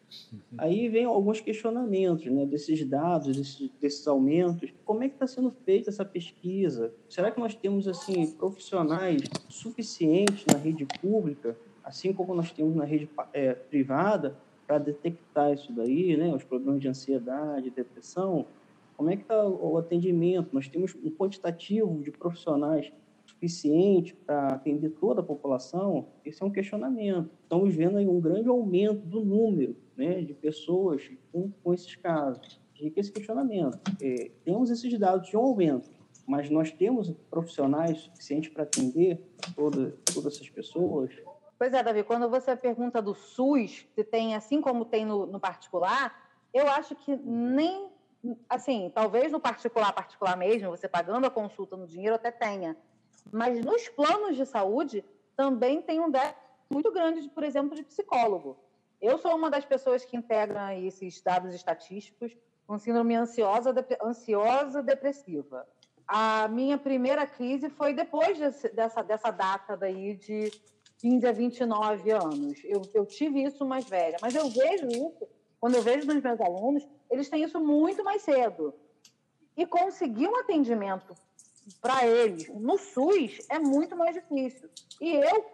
Aí vem alguns questionamentos, né, desses dados, desses, desses aumentos. Como é que está sendo feita essa pesquisa? Será que nós temos assim profissionais suficientes na rede pública, assim como nós temos na rede é, privada, para detectar isso daí, né, os problemas de ansiedade, depressão? Como é que está o atendimento? Nós temos um quantitativo de profissionais suficiente para atender toda a população? Esse é um questionamento. Estamos vendo aí um grande aumento do número, né, de pessoas com, com esses casos. Fica esse questionamento. É, temos esses dados de um aumento, mas nós temos profissionais suficientes para atender toda, todas essas pessoas? Pois é, Davi, quando você pergunta do SUS, se tem assim como tem no, no particular, eu acho que nem, assim, talvez no particular, particular mesmo, você pagando a consulta no dinheiro até tenha, mas nos planos de saúde também tem um déficit muito grande, de, por exemplo, de psicólogo. Eu sou uma das pessoas que integra esses dados estatísticos com síndrome ansiosa, dep- ansiosa depressiva. A minha primeira crise foi depois desse, dessa, dessa data daí de quinze a vinte e nove anos. Eu, eu tive isso mais velha, mas eu vejo isso, quando eu vejo nos meus alunos, eles têm isso muito mais cedo. E conseguir um atendimento para eles no SUS é muito mais difícil. E eu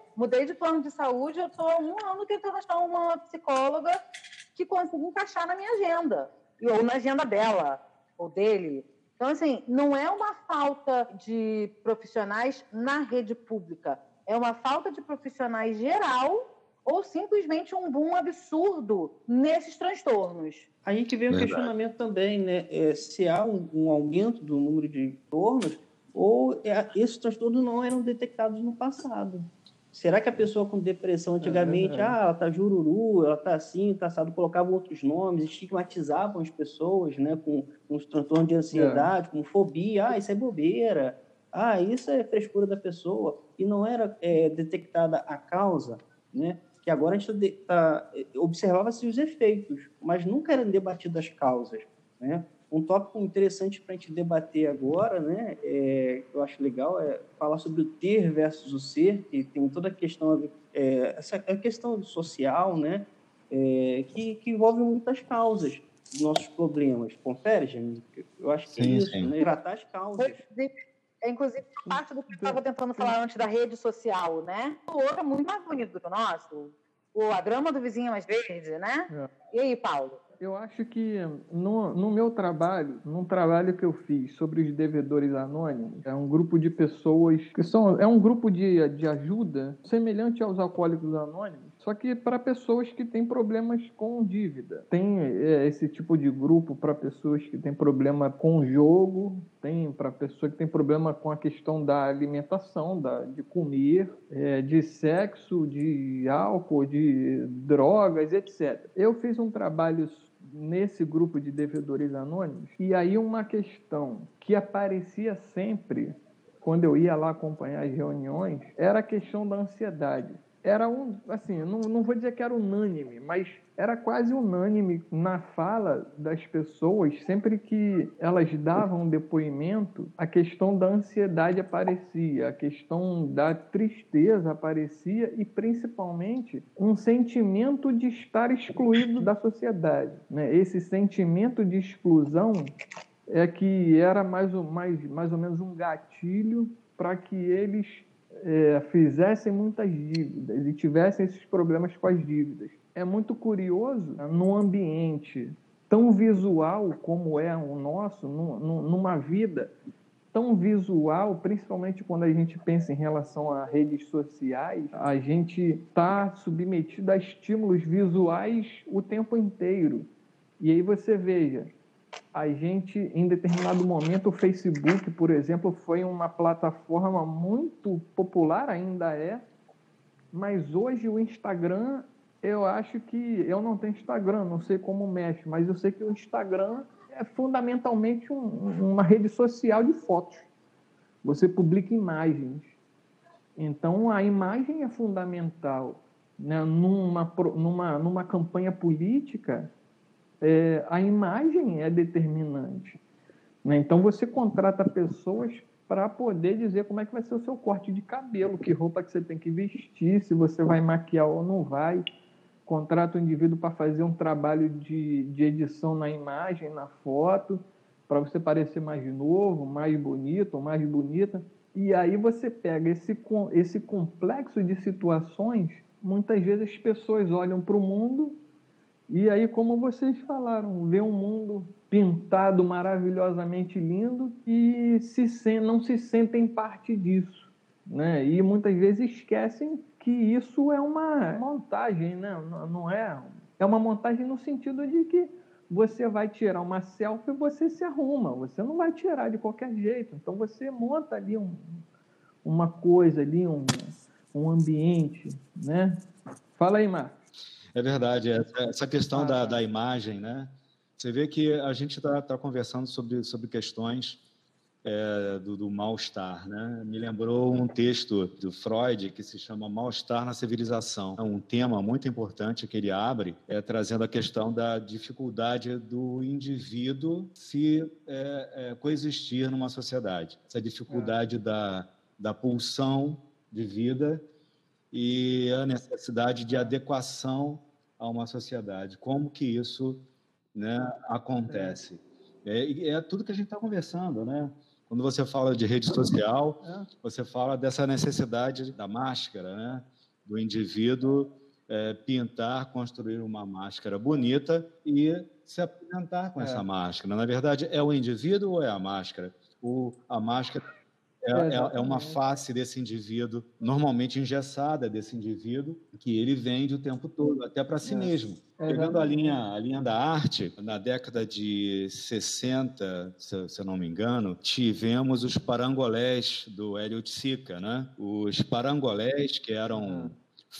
mudei de plano de saúde, eu estou há um ano tentando achar uma psicóloga que consiga encaixar na minha agenda, ou na agenda dela, ou dele. Então, assim, não é uma falta de profissionais na rede pública, é uma falta de profissionais geral ou simplesmente um boom absurdo nesses transtornos. A gente vê um Verdade. questionamento também, né? É, se há um, um aumento do número de transtornos ou é, esses transtornos não eram detectados no passado. Será que a pessoa com depressão antigamente, É, é. ah, ela tá jururu, ela tá assim, tá assado, colocavam outros nomes, estigmatizavam as pessoas, né, com, com os transtornos de ansiedade, é. com fobia, ah, isso é bobeira, ah, isso é frescura da pessoa, e não era é, detectada a causa, né? Que agora a gente tá, observava-se os efeitos, mas nunca eram debatidas as causas, né? Um tópico interessante para a gente debater agora, né, é, que eu acho legal, é falar sobre o ter versus o ser, que tem toda a questão, é, essa a questão social, né, é, que, que envolve muitas causas dos nossos problemas. Confere, Jamie? Eu acho que sim, é isso, sim. Né? Tratar as causas. É, inclusive, parte do que eu estava tentando falar antes da rede social, né? O outro é muito mais bonito do que o nosso. O, a grama do vizinho é mais verde, né? É. E aí, Paulo? Eu acho que no, no meu trabalho, num trabalho que eu fiz sobre os devedores anônimos, é um grupo de pessoas que são, é um grupo de, de ajuda semelhante aos alcoólicos anônimos, só que para pessoas que têm problemas com dívida. Tem é, esse tipo de grupo para pessoas que têm problema com jogo, tem para pessoa que tem problema com a questão da alimentação, da, de comer, é, de sexo, de álcool, de drogas, etcétera. Eu fiz um trabalho nesse grupo de devedores anônimos, e aí uma questão que aparecia sempre quando eu ia lá acompanhar as reuniões era a questão da ansiedade. Era um, assim, não, não vou dizer que era unânime, mas era quase unânime na fala das pessoas, sempre que elas davam um depoimento, a questão da ansiedade aparecia, a questão da tristeza aparecia e, principalmente, um sentimento de estar excluído da sociedade, né? Esse sentimento de exclusão é que era mais ou, mais, mais ou menos um gatilho para que eles É, fizessem muitas dívidas e tivessem esses problemas com as dívidas. É muito curioso, num ambiente tão visual como é o nosso, numa vida tão visual, principalmente quando a gente pensa em relação a redes sociais, a gente está submetido a estímulos visuais o tempo inteiro. E aí você veja, a gente, em determinado momento, o Facebook, por exemplo, foi uma plataforma muito popular, ainda é, mas hoje o Instagram, eu acho que... Eu não tenho Instagram, não sei como mexe, mas eu sei que o Instagram é fundamentalmente um, uma rede social de fotos. Você publica imagens. Então, a imagem é fundamental, né? Numa, numa, numa campanha política... É, a imagem é determinante, né? Então você contrata pessoas para poder dizer como é que vai ser o seu corte de cabelo, que roupa que você tem que vestir, se você vai maquiar ou não vai. Contrata o indivíduo para fazer um trabalho de, de edição na imagem, na foto, para você parecer mais novo, mais bonito ou mais bonita. E aí você pega esse, esse complexo de situações, muitas vezes as pessoas olham para o mundo. E aí, como vocês falaram, vê um mundo pintado maravilhosamente lindo e se, não se sentem parte disso, né? E muitas vezes esquecem que isso é uma montagem, né? Não é? É uma montagem no sentido de que você vai tirar uma selfie e você se arruma. Você não vai tirar de qualquer jeito. Então, você monta ali um, uma coisa, ali, um, um ambiente, né? Fala aí, Marcos. É verdade, essa questão ah, da, da imagem, né? Você vê que a gente está tá conversando sobre, sobre questões é, do, do mal-estar, né? Me lembrou um texto do Freud que se chama Mal-estar na Civilização. É um tema muito importante que ele abre, é, trazendo a questão da dificuldade do indivíduo se é, é, coexistir numa sociedade. Essa dificuldade é. da, da pulsão de vida e a necessidade de adequação a uma sociedade. Como que isso, né, acontece? É, é tudo que a gente está conversando, né? Quando você fala de rede social, você fala dessa necessidade da máscara, né? do indivíduo é, pintar, construir uma máscara bonita e se apresentar com é. essa máscara. Na verdade, é o indivíduo ou é a máscara? O, a máscara é, é, é uma face desse indivíduo, normalmente engessada desse indivíduo, que ele vende o tempo todo, até para si é. mesmo. Pegando a linha, a linha da arte, na década de sessenta, se, se eu não me engano, tivemos os parangolés do Hélio Sica, né? Os parangolés, que eram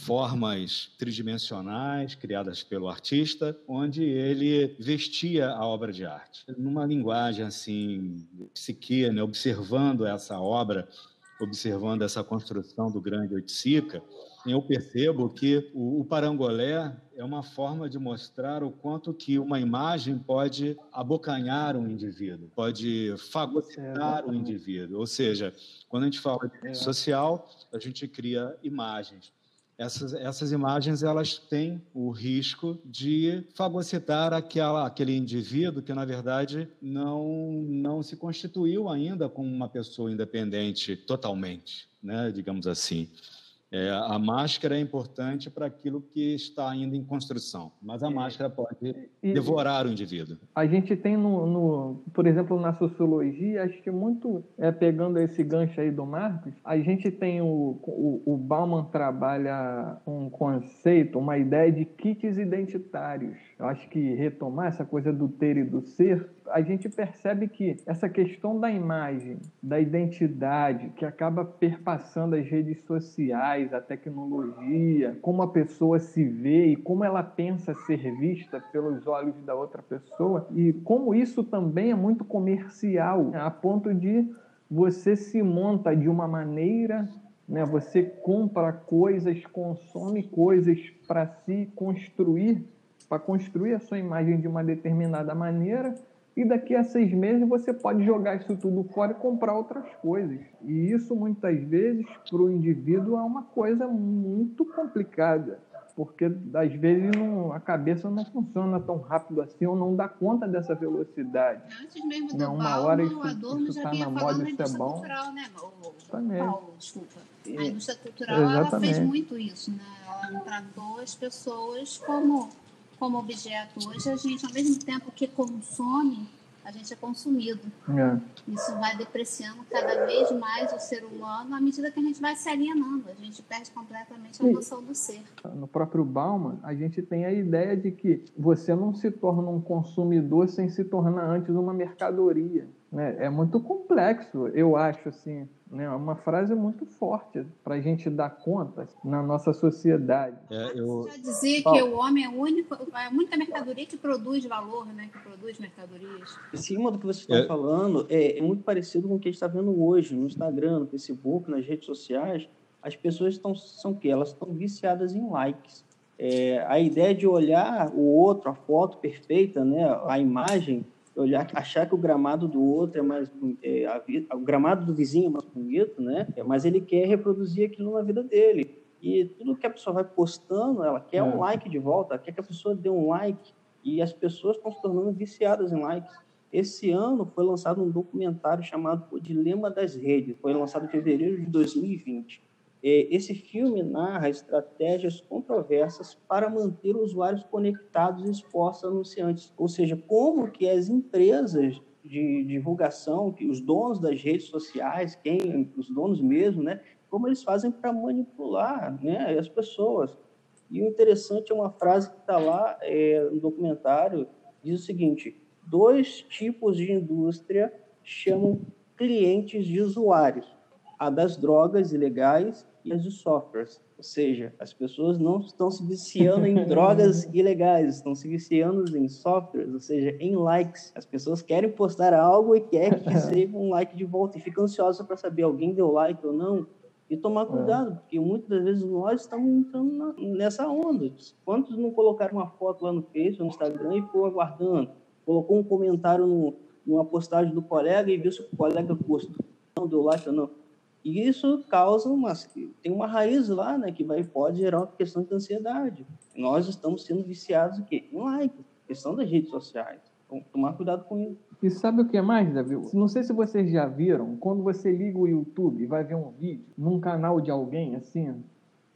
formas tridimensionais criadas pelo artista, onde ele vestia a obra de arte. Numa linguagem assim, psique, né? Observando essa obra, observando essa construção do grande Oiticica, eu percebo que o, o parangolé é uma forma de mostrar o quanto que uma imagem pode abocanhar um indivíduo, pode fagocitar o indivíduo. Ou seja, quando a gente fala de rede social, a gente cria imagens. Essas, essas imagens, elas têm o risco de fagocitar aquela, aquele indivíduo que, na verdade, não, não se constituiu ainda como uma pessoa independente totalmente, né, digamos assim. É, a máscara é importante para aquilo que está ainda em construção, mas a é. máscara pode e, devorar o indivíduo. A gente tem, no, no, por exemplo, na sociologia, acho que muito, é, pegando esse gancho aí do Marcos, a gente tem, o, o, o Bauman trabalha um conceito, uma ideia de kits identitários. Eu acho que retomar essa coisa do ter e do ser, a gente percebe que essa questão da imagem, da identidade, que acaba perpassando as redes sociais, a tecnologia, como a pessoa se vê e como ela pensa ser vista pelos olhos da outra pessoa, e como isso também é muito comercial, a ponto de você se monta de uma maneira, né? Você compra coisas, consome coisas para se construir, para construir a sua imagem de uma determinada maneira, e daqui a seis meses você pode jogar isso tudo fora e comprar outras coisas. E isso, muitas vezes, para o indivíduo é uma coisa muito complicada, porque, às vezes, não, a cabeça não funciona tão rápido assim, ou não dá conta dessa velocidade. Antes mesmo do não, uma Paulo, hora isso, o Adorno isso já tá vinha na falando moda, da isso é indústria bom. cultural, né? O, Também. Paulo, desculpa. A indústria cultural, Exatamente. ela fez muito isso, né? Ela não tratou as pessoas como, como objeto. Hoje, a gente, ao mesmo tempo que consome, a gente é consumido. É. Isso vai depreciando cada vez mais o ser humano à medida que a gente vai se alienando. A gente perde completamente a noção do ser. No próprio Bauman, a gente tem a ideia de que você não se torna um consumidor sem se tornar antes uma mercadoria. Né? É muito complexo, eu acho, assim, né? É uma frase muito forte para a gente dar conta na nossa sociedade. É, eu... Já dizia que o homem é o único, é a única mercadoria que produz valor, né? Que produz mercadorias. Em cima do que vocês estão é. falando, é, é muito parecido com o que a gente está vendo hoje no Instagram, no Facebook, nas redes sociais. As pessoas estão, são o quê? Elas estão viciadas em likes. É, a ideia de olhar o outro, a foto perfeita, né? A imagem, olhar, achar que o gramado do outro é mais é, a, o gramado do vizinho é mais bonito, né? Mas ele quer reproduzir aquilo na vida dele. E tudo que a pessoa vai postando, ela quer é. um like de volta, ela quer que a pessoa dê um like, e as pessoas estão se tornando viciadas em likes. Esse ano foi lançado um documentário chamado O Dilema das Redes, foi lançado em fevereiro de dois mil e vinte. Esse filme narra estratégias controversas para manter usuários conectados e expostos a anunciantes. Ou seja, como que as empresas de divulgação, que os donos das redes sociais, quem, os donos mesmo, né, como eles fazem para manipular, né, as pessoas. E o interessante é uma frase que está lá é, no documentário, diz o seguinte: dois tipos de indústria chamam clientes de usuários, a das drogas ilegais e as de softwares. Ou seja, as pessoas não estão se viciando em drogas ilegais, estão se viciando em softwares, ou seja, em likes. As pessoas querem postar algo e querem que seja um like de volta e ficam ansiosas para saber alguém deu like ou não. E tomar cuidado, porque muitas das vezes nós estamos entrando na, nessa onda. Quantos não colocaram uma foto lá no Facebook, no Instagram e ficou aguardando? Colocou um comentário no, numa postagem do colega e viu se o colega postou, não deu like ou não. E isso causa uma... Tem uma raiz lá, né, que vai, pode gerar uma questão de ansiedade. Nós estamos sendo viciados aqui em like, questão das redes sociais. Então, tomar cuidado com isso. E sabe o que mais, Davi? Não sei se vocês já viram, quando você liga o YouTube e vai ver um vídeo num canal de alguém, assim,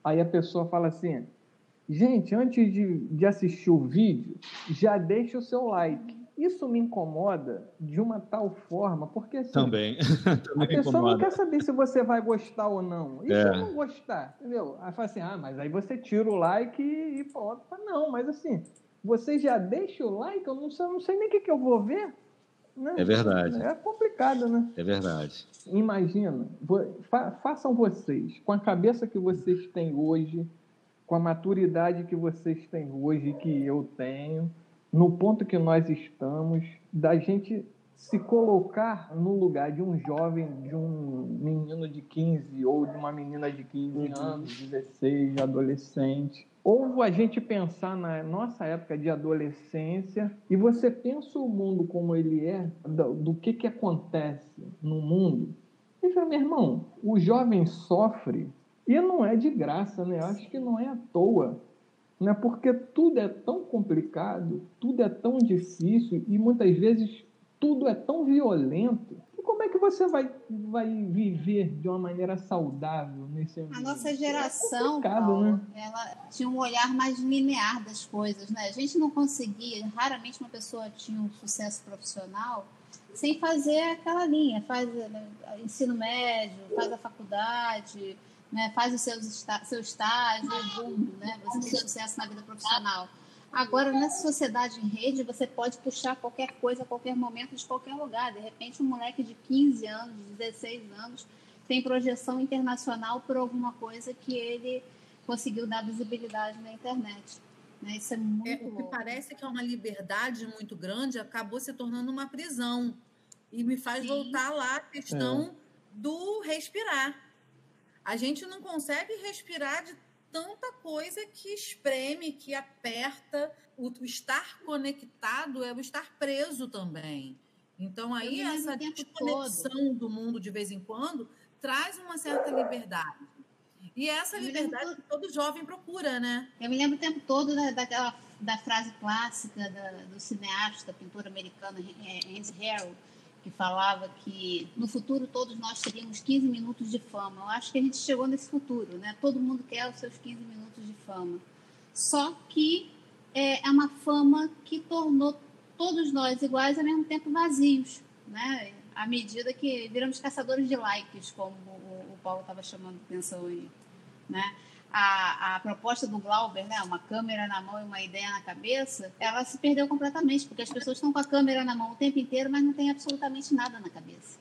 Aí a pessoa fala assim, gente, antes de, de assistir o vídeo, já deixa o seu like. Isso me incomoda de uma tal forma, porque assim, Também. Também a pessoa incomoda. não quer saber se você vai gostar ou não. E É. se eu não gostar? Entendeu? Aí fala assim, ah, mas aí você tira o like e, e pronto. Não, mas assim, você já deixa o like, eu não sei, eu não sei nem o que, que eu vou ver. Né? É verdade. É complicado, né? É verdade. Imagina, fa façam vocês, com a cabeça que vocês têm hoje, com a maturidade que vocês têm hoje, que eu tenho, no ponto que nós estamos, da gente se colocar no lugar de um jovem, de um menino de quinze ou de uma menina de quinze anos, dezesseis, adolescente. Ou a gente pensar na nossa época de adolescência e você pensa o mundo como ele é, do, do que, que acontece no mundo. E fala, meu irmão, o jovem sofre e não é de graça, né? Eu acho que não é à toa. Né? Porque tudo é tão complicado, tudo é tão difícil e muitas vezes tudo é tão violento. E como é que você vai, vai viver de uma maneira saudável nesse ambiente? A nossa geração, é Paulo, né? ela tinha um olhar mais linear das coisas, né? A gente não conseguia, raramente uma pessoa tinha um sucesso profissional sem fazer aquela linha, faz né, ensino médio, faz a faculdade, né, faz o seu, seu estágio, boom, né, você tem sucesso na vida profissional. Agora, nessa sociedade em rede, você pode puxar qualquer coisa a qualquer momento, de qualquer lugar. De repente, um moleque de quinze anos, dezesseis anos, tem projeção internacional por alguma coisa que ele conseguiu dar visibilidade na internet. Né? Isso é muito é, O que parece que é uma liberdade muito grande acabou se tornando uma prisão. E me faz Sim. voltar lá a questão é. do respirar. A gente não consegue respirar de tanta coisa que espreme, que aperta. O estar conectado é o estar preso também. Então, aí, essa desconexão do mundo, de vez em quando, traz uma certa liberdade. E essa liberdade todo... que todo jovem procura, né? Eu me lembro o tempo todo da, daquela, da frase clássica da, do cineasta, pintor americano, Hans Harrow, que falava que no futuro todos nós teríamos quinze minutos de fama. Eu acho que a gente chegou nesse futuro, né? Todo mundo quer os seus quinze minutos de fama. Só que é uma fama que tornou todos nós iguais, ao mesmo tempo vazios, né? À medida que viramos caçadores de likes, como o, o Paulo estava chamando a atenção aí, né? A, a proposta do Glauber, né, uma câmera na mão e uma ideia na cabeça, ela se perdeu completamente, porque as pessoas estão com a câmera na mão o tempo inteiro, mas não tem absolutamente nada na cabeça.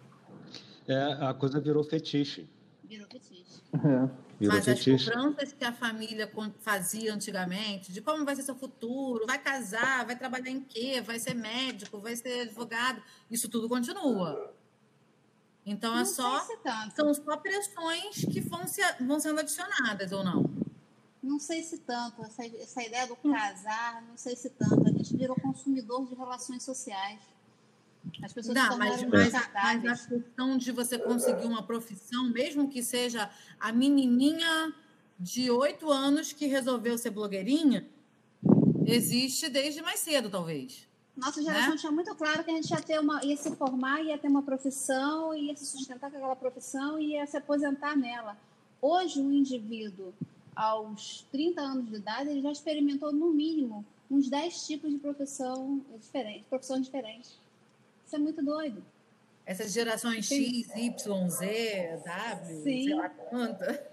É, a coisa virou fetiche. Virou fetiche. É, virou mas fetiche. As cobranças que a família fazia antigamente, de como vai ser seu futuro, vai casar, vai trabalhar em quê, vai ser médico, vai ser advogado, isso tudo continua. Então, é só, se são só pressões que vão, se, vão sendo adicionadas, ou não? Não sei se tanto. Essa, essa ideia do casar, não sei se tanto. A gente virou consumidor de relações sociais. As pessoas não, mas, mas, a, mas a questão de você conseguir uma profissão, mesmo que seja a menininha de oito anos que resolveu ser blogueirinha, existe desde mais cedo, talvez. Nossa geração né? tinha muito claro que a gente ia, ter uma, ia se formar, ia ter uma profissão, ia se sustentar com aquela profissão e ia se aposentar nela. Hoje, um indivíduo, aos trinta anos de idade, ele já experimentou, no mínimo, uns dez tipos de profissão diferente, profissões diferentes. Isso é muito doido. Essas gerações Sim. X, Y, Z, W, Sim. sei lá quanta.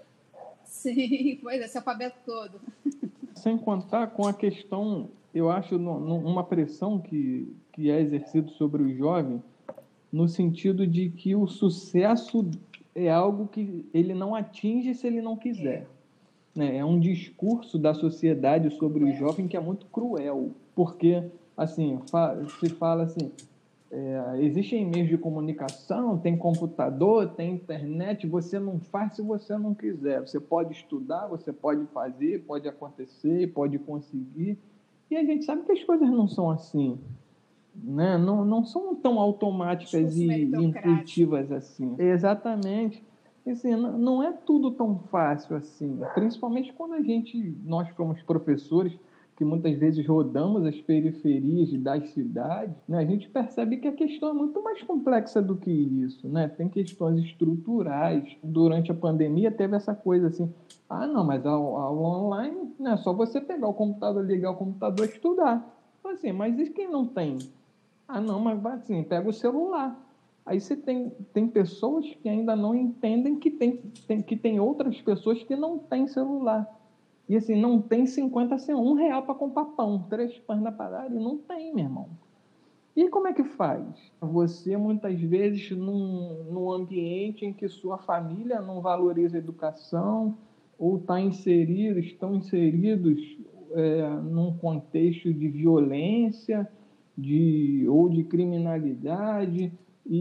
Sim, pois é, esse alfabeto todo. Sem contar com a questão... Eu acho uma pressão que, que é exercida sobre o jovem no sentido de que o sucesso é algo que ele não atinge se ele não quiser. É, é um discurso da sociedade sobre o jovem que é muito cruel, porque assim, se fala assim, é, existem meios de comunicação, tem computador, tem internet, você não faz se você não quiser. Você pode estudar, você pode fazer, pode acontecer, pode conseguir. E a gente sabe que as coisas não são assim, né? Não, não são tão automáticas e intuitivas assim. Exatamente. Assim, não é tudo tão fácil assim, principalmente quando a gente, nós como professores, que muitas vezes rodamos as periferias das cidades, né? A gente percebe que a questão é muito mais complexa do que isso, né? Tem questões estruturais. Durante a pandemia teve essa coisa assim, Ah, não, mas a aula online não é só você pegar o computador, ligar o computador e estudar. Assim, mas e quem não tem? Ah, não, mas assim, pega o celular. Aí você tem, tem pessoas que ainda não entendem que tem, tem, que tem outras pessoas que não têm celular. E assim, não tem cinquenta centavos, um real para comprar pão, três pães na padaria, não tem, meu irmão. E como é que faz? Você, muitas vezes, num, num ambiente em que sua família não valoriza a educação, ou tá inserido, estão inseridos é, num contexto de violência, de, ou de criminalidade,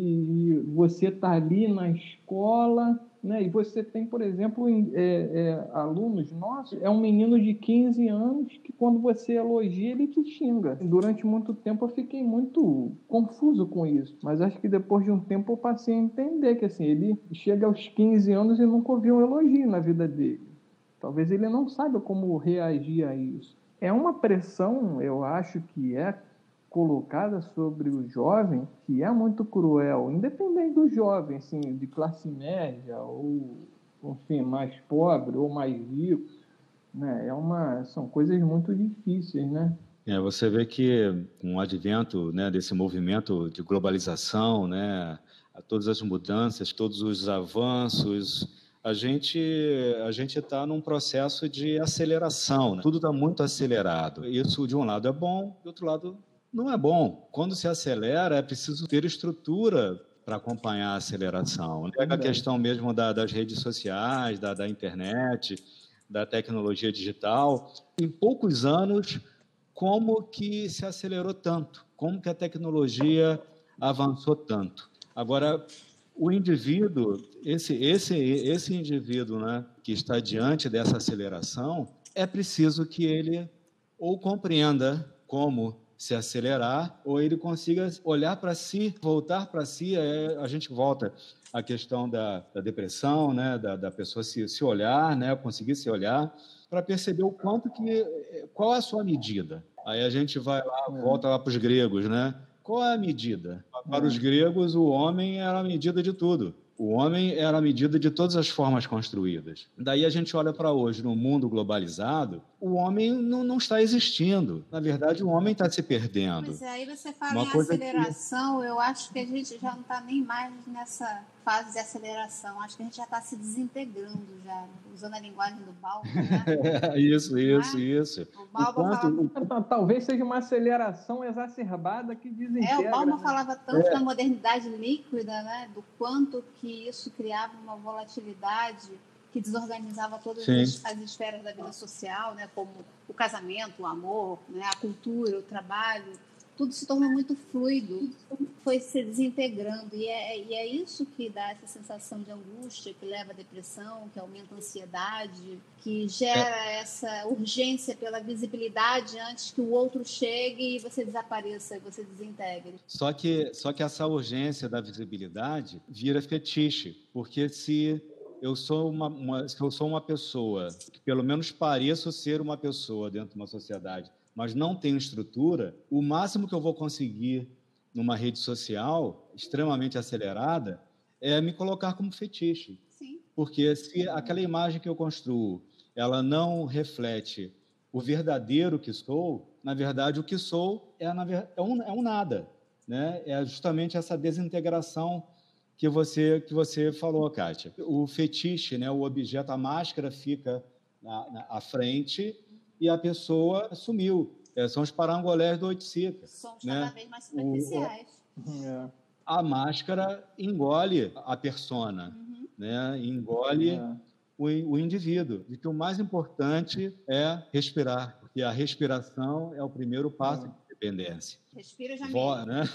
e você está ali na escola, né? E você tem, por exemplo, é, é, alunos nossos, é um menino de quinze anos que quando você elogia, ele te xinga. Durante muito tempo eu fiquei muito confuso com isso, mas acho que depois de um tempo eu passei a entender que assim, ele chega aos quinze anos e nunca ouviu um elogio na vida dele. Talvez ele não saiba como reagir a isso. É uma pressão, eu acho que é colocada sobre o jovem, que é muito cruel, independente do jovem, assim, de classe média, ou, enfim, mais pobre, ou mais rico, né? É uma, são coisas muito difíceis, né? É, você vê que com o advento, né, desse movimento de globalização, né, a todas as mudanças, todos os avanços, a gente a gente está num processo de aceleração, né? Tudo está muito acelerado. Isso, de um lado, é bom, do outro lado, não é bom. Quando se acelera, é preciso ter estrutura para acompanhar a aceleração. Pega a questão mesmo da, das redes sociais, da, da internet, da tecnologia digital. Em poucos anos, como que se acelerou tanto? Como que a tecnologia avançou tanto? Agora, o indivíduo, esse, esse, esse indivíduo, né, que está diante dessa aceleração, é preciso que ele ou compreenda como se acelerar, ou ele consiga olhar para si, voltar para si. É, a gente volta à questão da, da depressão, né, da, da pessoa se, se olhar, né, conseguir se olhar, para perceber o quanto que, qual é a sua medida. Aí a gente vai lá, é. volta lá para os gregos, né? Qual é a medida? Para os gregos, o homem era a medida de tudo. O homem era a medida de todas as formas construídas. Daí a gente olha para hoje, no mundo globalizado, o homem não, não está existindo. Na verdade, o homem está se perdendo. Mas aí você fala Uma em aceleração, que... eu acho que a gente já não está nem mais nessa fase de aceleração. Acho que a gente já está se desintegrando, já, usando a linguagem do Balbo, né? isso, isso, é? isso. O Balbo Enquanto... falava... Talvez seja uma aceleração exacerbada que desintegra. É, o Balbo né? falava tanto é. da modernidade líquida, né? Do quanto que isso criava uma volatilidade que desorganizava todas as, as esferas da vida social, né? Como o casamento, o amor, né? A cultura, o trabalho. Tudo se tornou muito fluido, foi se desintegrando. E é, e é isso que dá essa sensação de angústia, que leva à depressão, que aumenta a ansiedade, que gera é. essa urgência pela visibilidade antes que o outro chegue e você desapareça, e você desintegre. Só que, só que essa urgência da visibilidade vira fetiche, porque se eu sou uma, uma, se eu sou uma pessoa que pelo menos pareço ser uma pessoa dentro de uma sociedade, mas não tenho estrutura, o máximo que eu vou conseguir numa rede social extremamente acelerada é me colocar como fetiche. Sim. Porque se aquela imagem que eu construo, ela não reflete o verdadeiro que sou, na verdade, o que sou é, é, um, é um nada, né? É justamente essa desintegração que você, que você falou, Kátia. O fetiche, né? O objeto, a máscara fica na, na, à frente e a pessoa sumiu. É, são os parangolés do Oiticica. Somos né? cada vez mais superficiais. O, a máscara engole a persona, uhum. né? Engole é. o, o indivíduo. E que o mais importante é respirar, porque a respiração é o primeiro passo é. de independência. Respira já Vó, mesmo. Né?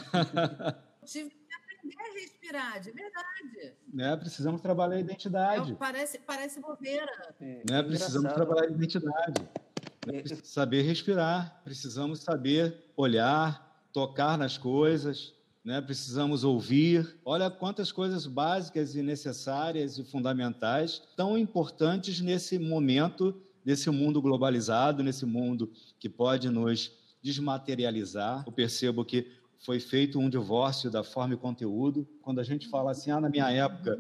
Tive que aprender a respirar, de verdade. Né? Precisamos trabalhar a identidade. É, parece, parece bobeira. É, né? Precisamos trabalhar a identidade. Né? Saber respirar, precisamos saber olhar, tocar nas coisas, né? Precisamos ouvir. Olha quantas coisas básicas e necessárias e fundamentais, tão importantes nesse momento, nesse mundo globalizado, nesse mundo que pode nos desmaterializar. Eu percebo que foi feito um divórcio da forma e conteúdo. Quando a gente fala assim, ah, na minha época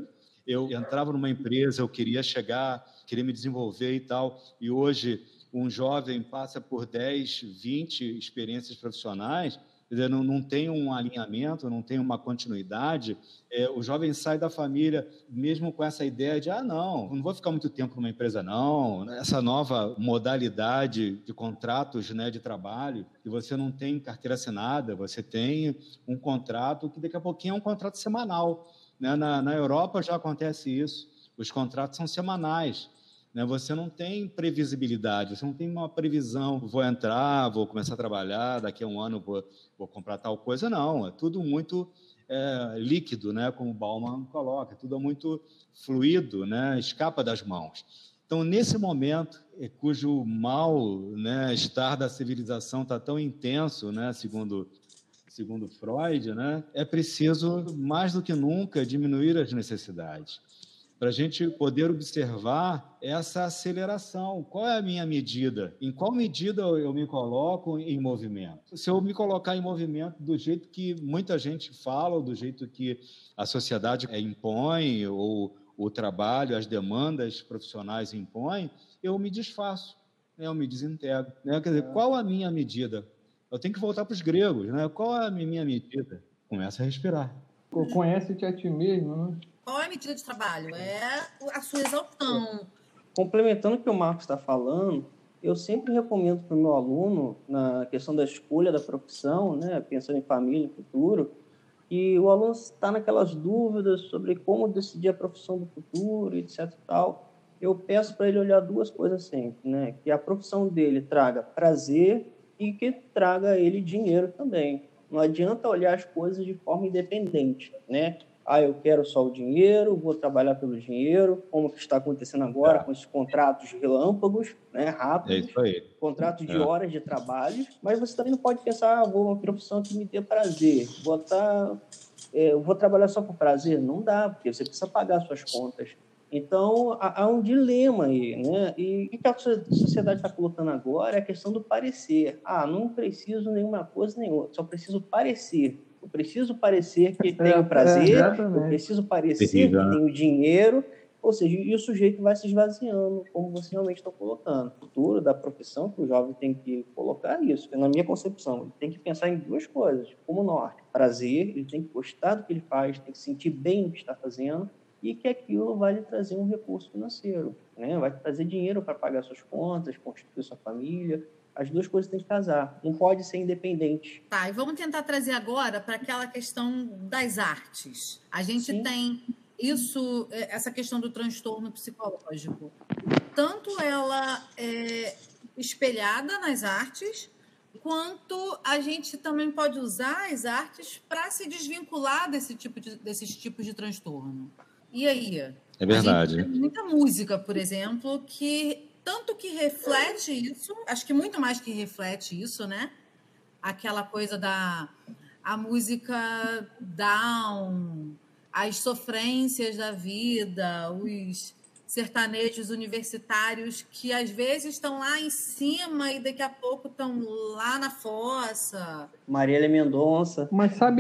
Eu entrava numa empresa, eu queria chegar, queria me desenvolver e tal, e hoje um jovem passa por dez, vinte experiências profissionais, quer dizer, não, não tem um alinhamento, não tem uma continuidade. É, o jovem sai da família mesmo com essa ideia de, ah, não, não vou ficar muito tempo numa empresa, não. Essa nova modalidade de contratos, né, de trabalho, que você não tem carteira assinada, você tem um contrato que daqui a pouquinho é um contrato semanal. Né? Na, na Europa já acontece isso, os contratos são semanais. Né? Você não tem previsibilidade, você não tem uma previsão, vou entrar, vou começar a trabalhar, daqui a um ano vou, vou comprar tal coisa, não, é tudo muito é, líquido, né? Como o Bauman coloca, tudo é muito fluido, né? Escapa das mãos. Então, nesse momento, cujo mal-estar, né, da civilização está tão intenso, né, segundo, segundo Freud, né, é preciso, mais do que nunca, diminuir as necessidades, para a gente poder observar essa aceleração. Qual é a minha medida? Em qual medida eu me coloco em movimento? Se eu me colocar em movimento do jeito que muita gente fala, ou do jeito que a sociedade impõe, ou o trabalho, as demandas profissionais impõem, eu me desfaço, né? Eu me desintegro. Né? Quer dizer, qual a minha medida? Eu tenho que voltar para os gregos. Né? Qual é a minha medida? Começa a respirar. Conhece-te a ti mesmo, né? Qual é a medida de trabalho? É a sua exaltação. Complementando o que o Marcos está falando, eu sempre recomendo para o meu aluno, na questão da escolha da profissão, né, pensando em família, futuro, que o aluno está naquelas dúvidas sobre como decidir a profissão do futuro, etc e tal. Eu peço para ele olhar duas coisas sempre, né, que a profissão dele traga prazer e que traga a ele dinheiro também. Não adianta olhar as coisas de forma independente, né? Ah, eu quero só o dinheiro, vou trabalhar pelo dinheiro, como que está acontecendo agora, é. com esses contratos relâmpagos, né, rápidos, é isso aí. contratos de é. horas de trabalho, mas você também não pode pensar, ah, vou uma profissão que me dê prazer, vou, tá, é, eu vou trabalhar só por prazer? Não dá, porque você precisa pagar suas contas. Então, há, há um dilema aí, né? E o que a sociedade está colocando agora é a questão do parecer. Ah, não preciso nenhuma coisa nem outra, só preciso parecer. Eu preciso parecer que tenho prazer, é, eu preciso parecer Terrível, que né? tenho dinheiro, ou seja, e o sujeito vai se esvaziando, como você realmente está colocando. O futuro da profissão que o jovem tem que colocar isso, na minha concepção, ele tem que pensar em duas coisas, como norte. Prazer, ele tem que gostar do que ele faz, tem que sentir bem o que está fazendo, e que aquilo vai lhe trazer um recurso financeiro, né? Vai trazer dinheiro para pagar suas contas, constituir sua família. As duas coisas têm que casar, não pode ser independente. Tá, e vamos tentar trazer agora para aquela questão das artes. A gente Sim. tem isso, essa questão do transtorno psicológico. Tanto ela é espelhada nas artes, quanto a gente também pode usar as artes para se desvincular desse tipo de, desses tipos de transtorno. E aí? É verdade. A gente tem muita música, por exemplo, que... tanto que reflete isso, acho que muito mais que reflete isso, né? Aquela coisa da a música down, as sofrências da vida, os sertanejos universitários que às vezes estão lá em cima e daqui a pouco estão lá na fossa. Marília Mendonça. Mas sabe,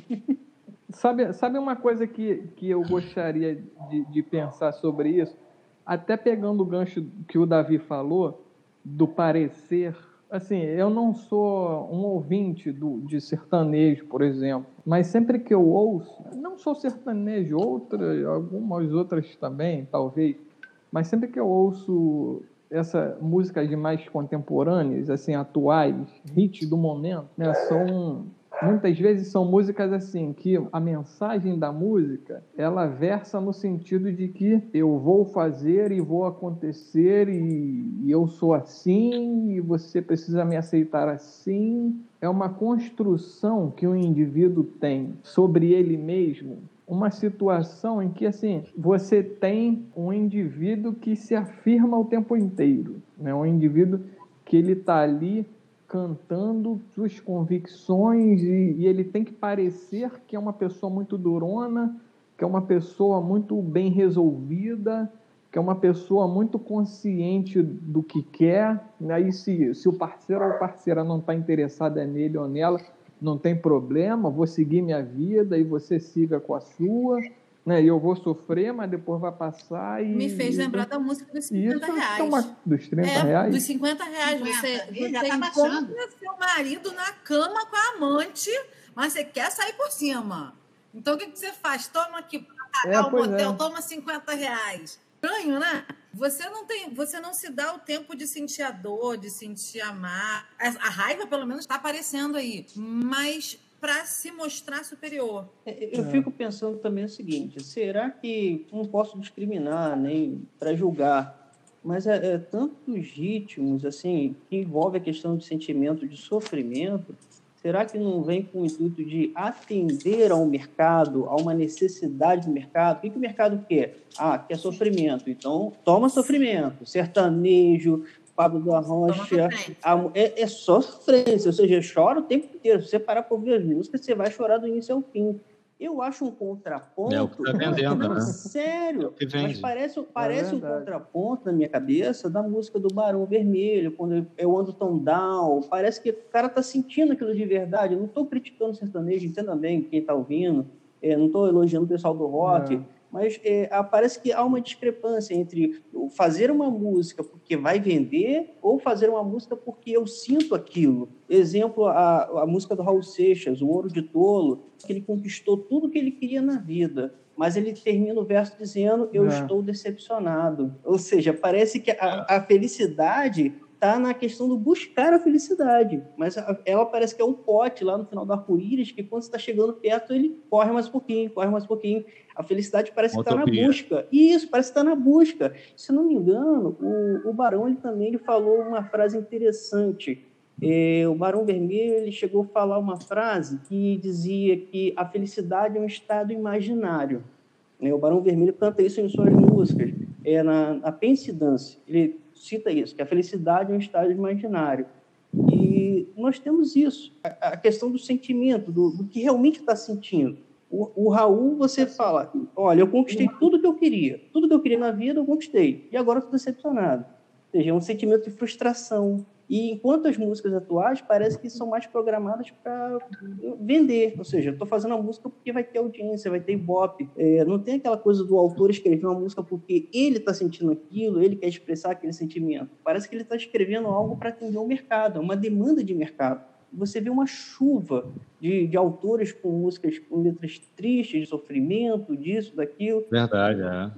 sabe, sabe uma coisa que, que eu gostaria de, de pensar sobre isso? Até pegando o gancho que o Davi falou, do parecer, assim, eu não sou um ouvinte do, de sertanejo, por exemplo, mas sempre que eu ouço, não sou sertanejo, outras, algumas outras também, talvez, mas sempre que eu ouço essa músicas mais contemporâneas, assim, atuais, hits do momento, né, são... muitas vezes são músicas assim, que a mensagem da música, ela versa no sentido de que eu vou fazer e vou acontecer e, e eu sou assim e você precisa me aceitar assim. É uma construção que o indivíduo tem sobre ele mesmo, uma situação em que, assim, você tem um indivíduo que se afirma o tempo inteiro, né? Um indivíduo que ele está ali cantando suas convicções e, e ele tem que parecer que é uma pessoa muito durona, que é uma pessoa muito bem resolvida, que é uma pessoa muito consciente do que quer. Aí se, se o parceiro ou parceira não está interessado é nele ou nela, não tem problema, vou seguir minha vida e você siga com a sua. né? E eu vou sofrer, mas depois vai passar e... Me fez lembrar da música dos cinquenta Isso, reais. é uma, dos trinta É, reais? dos cinquenta reais. cinquenta, Você, ele já você tá encontra baixando. seu marido na cama com a amante, mas você quer sair por cima. Então, o que, que você faz? Toma aqui para pagar É, o pois motel, é. toma cinquenta reais. Estranho, né? Você não, tem, você não se dá o tempo de sentir a dor, de sentir a mar. A, a raiva, pelo menos, está aparecendo aí. Mas para se mostrar superior. Eu fico pensando também o seguinte, será que não posso discriminar nem para julgar, mas é, é tantos ritmos assim que envolve a questão de sentimento de sofrimento, será que não vem com o intuito de atender ao mercado, a uma necessidade do mercado? O que, que o mercado quer? Ah, quer sofrimento, então toma sofrimento, sertanejo, Pablo da Rocha, a, é, é só sofrência, ou seja, chora o tempo inteiro. Se você parar para ouvir as músicas, você vai chorar do início ao fim. Eu acho um contraponto... É o que está vendendo, não, né? Sério, É o que vende. mas parece, parece É um verdade. contraponto na minha cabeça da música do Barão Vermelho, quando eu ando tão down, parece que o cara está sentindo aquilo de verdade. Eu não estou criticando o sertanejo, entenda bem quem está ouvindo, é, não estou elogiando o pessoal do rock, É. mas é, parece que há uma discrepância entre fazer uma música porque vai vender ou fazer uma música porque eu sinto aquilo. Exemplo, a, a música do Raul Seixas, O Ouro de Tolo, que ele conquistou tudo que ele queria na vida, mas ele termina o verso dizendo, eu É. estou decepcionado. Ou seja, parece que a, a felicidade está na questão do buscar a felicidade, mas a, ela parece que é um pote lá no final do arco-íris, que quando você está chegando perto, ele corre mais um pouquinho, corre mais um pouquinho. A felicidade parece que está na Utopia. busca. Isso, parece que está na busca. Se não me engano, o, o Barão ele também ele falou uma frase interessante. É, o Barão Vermelho ele chegou a falar uma frase que dizia que a felicidade é um estado imaginário. Né? O Barão Vermelho canta isso em suas músicas. É, na, na Pense e Dance, ele cita isso, que a felicidade é um estado imaginário. E nós temos isso, a, a questão do sentimento, do, do que realmente está sentindo. O, o Raul, você fala, olha, eu conquistei tudo que eu queria, tudo que eu queria na vida eu conquistei, e agora estou decepcionado. Ou seja, é um sentimento de frustração. E enquanto as músicas atuais parece que são mais programadas para vender, ou seja, estou fazendo a música porque vai ter audiência, vai ter ibope. É, não tem aquela coisa do autor escrever uma música porque ele está sentindo aquilo, ele quer expressar aquele sentimento. Parece que ele está escrevendo algo para atender o mercado, uma demanda de mercado. Você vê uma chuva de, de autores com músicas com letras tristes, de sofrimento, disso, daquilo. Verdade, é.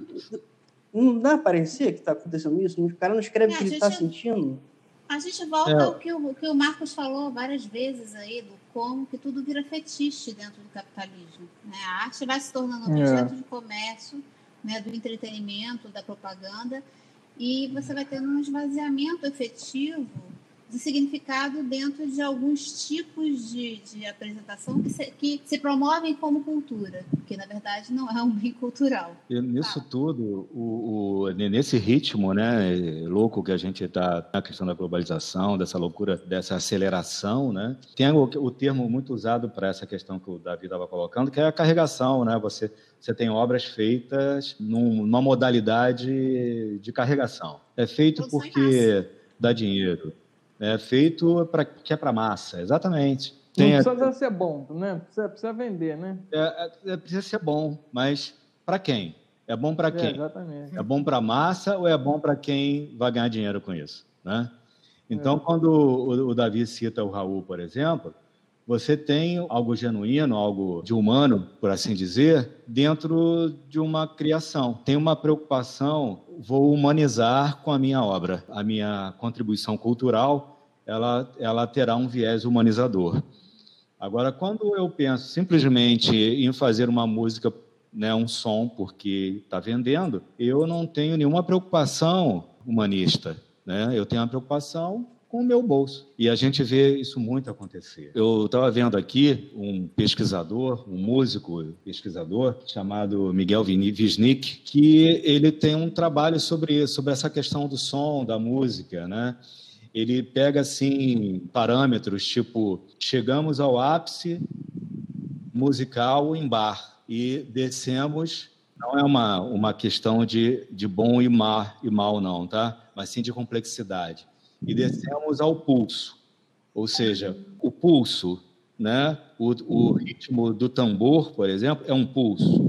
Não dá a parecer que está acontecendo isso? O cara não escreve o É, que a ele está gente- sentindo. A gente volta É. ao que o, que o Marcos falou várias vezes aí, do como que tudo vira fetiche dentro do capitalismo. Né? A arte vai se tornando objeto É. de comércio, né, do entretenimento, da propaganda, e você vai tendo um esvaziamento efetivo de significado dentro de alguns tipos de, de apresentação que se, que se promovem como cultura, que na verdade não é um bem cultural. E nisso tudo, o, o- nesse ritmo, né, louco que a gente está na questão da globalização, dessa loucura, dessa aceleração, né, tem o, o termo muito usado para essa questão que o Davi estava colocando, que é a carregação, né, você, você tem obras feitas num- numa modalidade de carregação. É feito Produção em porque dá dinheiro, é feito para que é para massa, exatamente. Não Tem a- precisa ser bom, né? Precisa, precisa vender, né? é, é, precisa ser bom, mas para quem? É bom para É, quem? exatamente. É bom para a massa ou é bom para quem vai ganhar dinheiro com isso, né? Então, É. quando o, o Davi cita o Raul, por exemplo, você tem algo genuíno, algo de humano, por assim dizer, dentro de uma criação. Tem uma preocupação, vou humanizar com a minha obra. A minha contribuição cultural, ela, ela terá um viés humanizador. Agora, quando eu penso simplesmente em fazer uma música, né, um som, porque está vendendo, eu não tenho nenhuma preocupação humanista, né? Eu tenho uma preocupação com o meu bolso. E a gente vê isso muito acontecer. Eu estava vendo aqui um pesquisador, um músico pesquisador, chamado Miguel Wisnik, que ele tem um trabalho sobre isso, sobre essa questão do som, da música, né? Ele pega, assim, parâmetros, tipo, chegamos ao ápice musical em bar e descemos, não é uma, uma questão de, de bom e, má, e mal, não, tá? Mas sim de complexidade. E descemos ao pulso, ou seja, o pulso, né? o, o ritmo do tambor, por exemplo, é um pulso.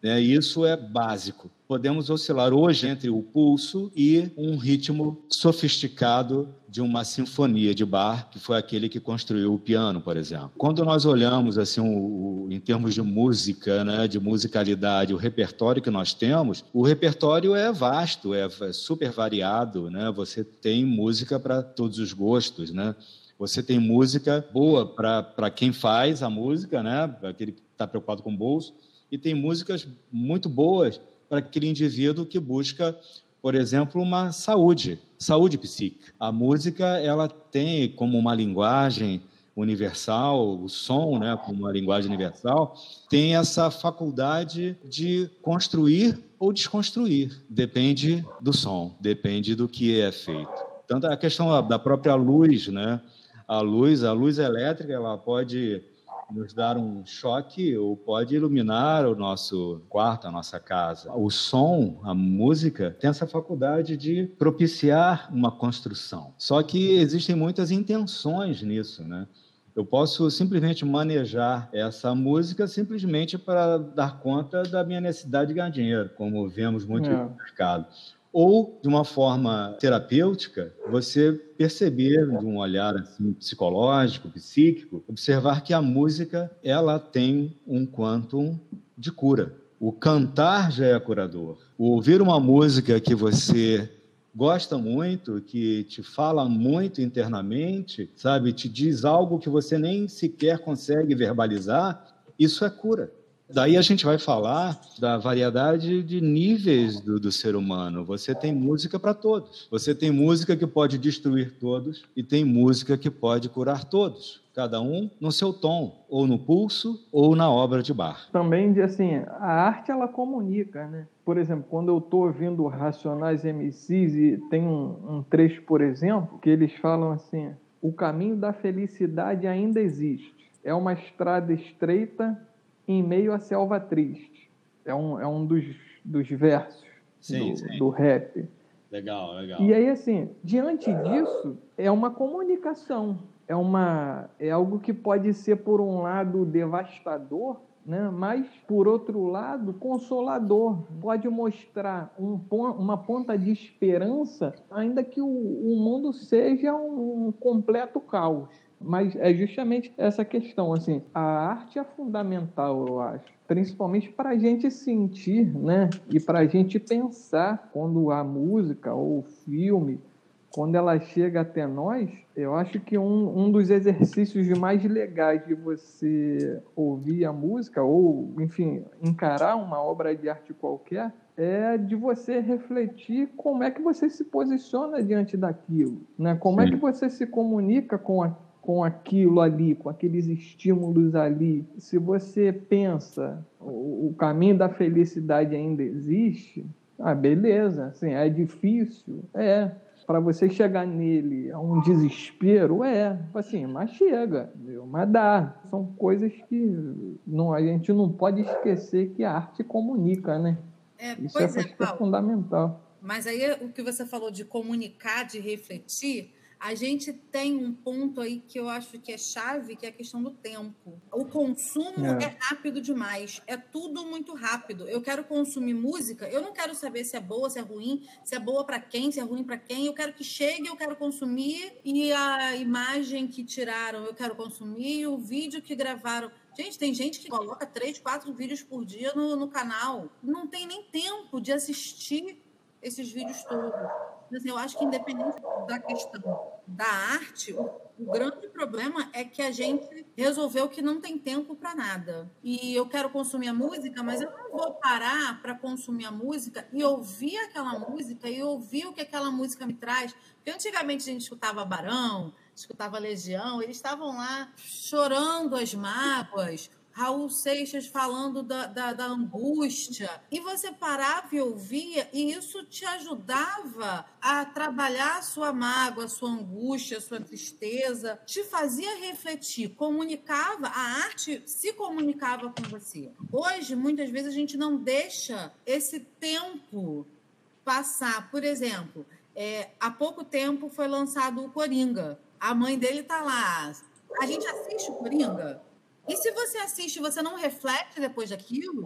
né? Isso é básico. Podemos oscilar hoje entre o pulso e um ritmo sofisticado de uma sinfonia de Bach, que foi aquele que construiu o piano, por exemplo. Quando nós olhamos assim, o, o, em termos de música, né, de musicalidade, o repertório que nós temos, o repertório é vasto, é super variado, né? Você tem música para todos os gostos, né? Você tem música boa para quem faz a música, né? Aquele que está preocupado com o bolso, e tem músicas muito boas para aquele indivíduo que busca, por exemplo, uma saúde, saúde psíquica. A música, ela tem como uma linguagem universal, o som, né, como uma linguagem universal, tem essa faculdade de construir ou desconstruir. Depende do som, depende do que é feito. Tanto a questão da própria luz, né? A luz, a luz elétrica, ela pode nos dar um choque ou pode iluminar o nosso quarto, a nossa casa. O som, a música, tem essa faculdade de propiciar uma construção. Só que existem muitas intenções nisso, né? Eu posso simplesmente manejar essa música simplesmente para dar conta da minha necessidade de ganhar dinheiro, como vemos muito é. no mercado. Ou, de uma forma terapêutica, você perceber, de um olhar assim, psicológico, psíquico, observar que a música ela tem um quantum de cura. O cantar já é curador. O ouvir uma música que você gosta muito, que te fala muito internamente, sabe, te diz algo que você nem sequer consegue verbalizar, isso é cura. Daí a gente vai falar da variedade de níveis do, do ser humano. Você tem música para todos. Você tem música que pode destruir todos e tem música que pode curar todos. Cada um no seu tom, ou no pulso, ou na obra de Bach. Também, assim, a arte, ela comunica, né? Por exemplo, quando eu estou ouvindo Racionais M Cs e tem um, um trecho, por exemplo, que eles falam assim: o caminho da felicidade ainda existe. É uma estrada estreita em meio à selva triste. É um, é um dos, dos versos sim, do, sim. do rap. Legal, legal. E aí, assim, diante disso, é uma comunicação. É, uma, é algo que pode ser, por um lado, devastador, né? Mas, por outro lado, consolador. Pode mostrar um, uma ponta de esperança, ainda que o, o mundo seja um, um completo caos. Mas é justamente essa questão, assim, a arte é fundamental, eu acho, principalmente para a gente sentir, né, e para a gente pensar quando a música ou o filme, quando ela chega até nós. Eu acho que um, um dos exercícios mais legais de você ouvir a música ou, enfim, encarar uma obra de arte qualquer é de você refletir como é que você se posiciona diante daquilo, né? Como Sim. é que você se comunica com a com aquilo ali, com aqueles estímulos ali. Se você pensa, o, o caminho da felicidade ainda existe, ah, beleza, assim, é difícil, é. Para você chegar nele a um desespero, é, assim, mas chega, mas dá. São coisas que não, a gente não pode esquecer que a arte comunica, né? É, Isso pois é, é, é fundamental. Mas aí o que você falou de comunicar, de refletir, a gente tem um ponto aí que eu acho que é chave, que é a questão do tempo. O consumo é, é rápido demais, é tudo muito rápido. Eu quero consumir música, eu não quero saber se é boa, se é ruim, se é boa para quem, se é ruim para quem. Eu quero que chegue, eu quero consumir, e a imagem que tiraram eu quero consumir, e o vídeo que gravaram. Gente, tem gente que coloca três, quatro vídeos por dia no, no canal. Não tem nem tempo de assistir esses vídeos todos. Mas eu acho que, independente da questão da arte, o, o grande problema é que a gente resolveu que não tem tempo para nada. E eu quero consumir a música, mas eu não vou parar para consumir a música e ouvir aquela música e ouvir o que aquela música me traz. Porque antigamente a gente escutava Barão, escutava Legião, eles estavam lá chorando as mágoas, Raul Seixas falando da, da, da angústia, e você parava e ouvia, e isso te ajudava a trabalhar a sua mágoa, a sua angústia, a sua tristeza, te fazia refletir, comunicava, a arte se comunicava com você. Hoje, muitas vezes, a gente não deixa esse tempo passar. Por exemplo, é, há pouco tempo foi lançado o Coringa, a mãe dele está lá. A gente assiste o Coringa? E se você assiste e você não reflete depois daquilo,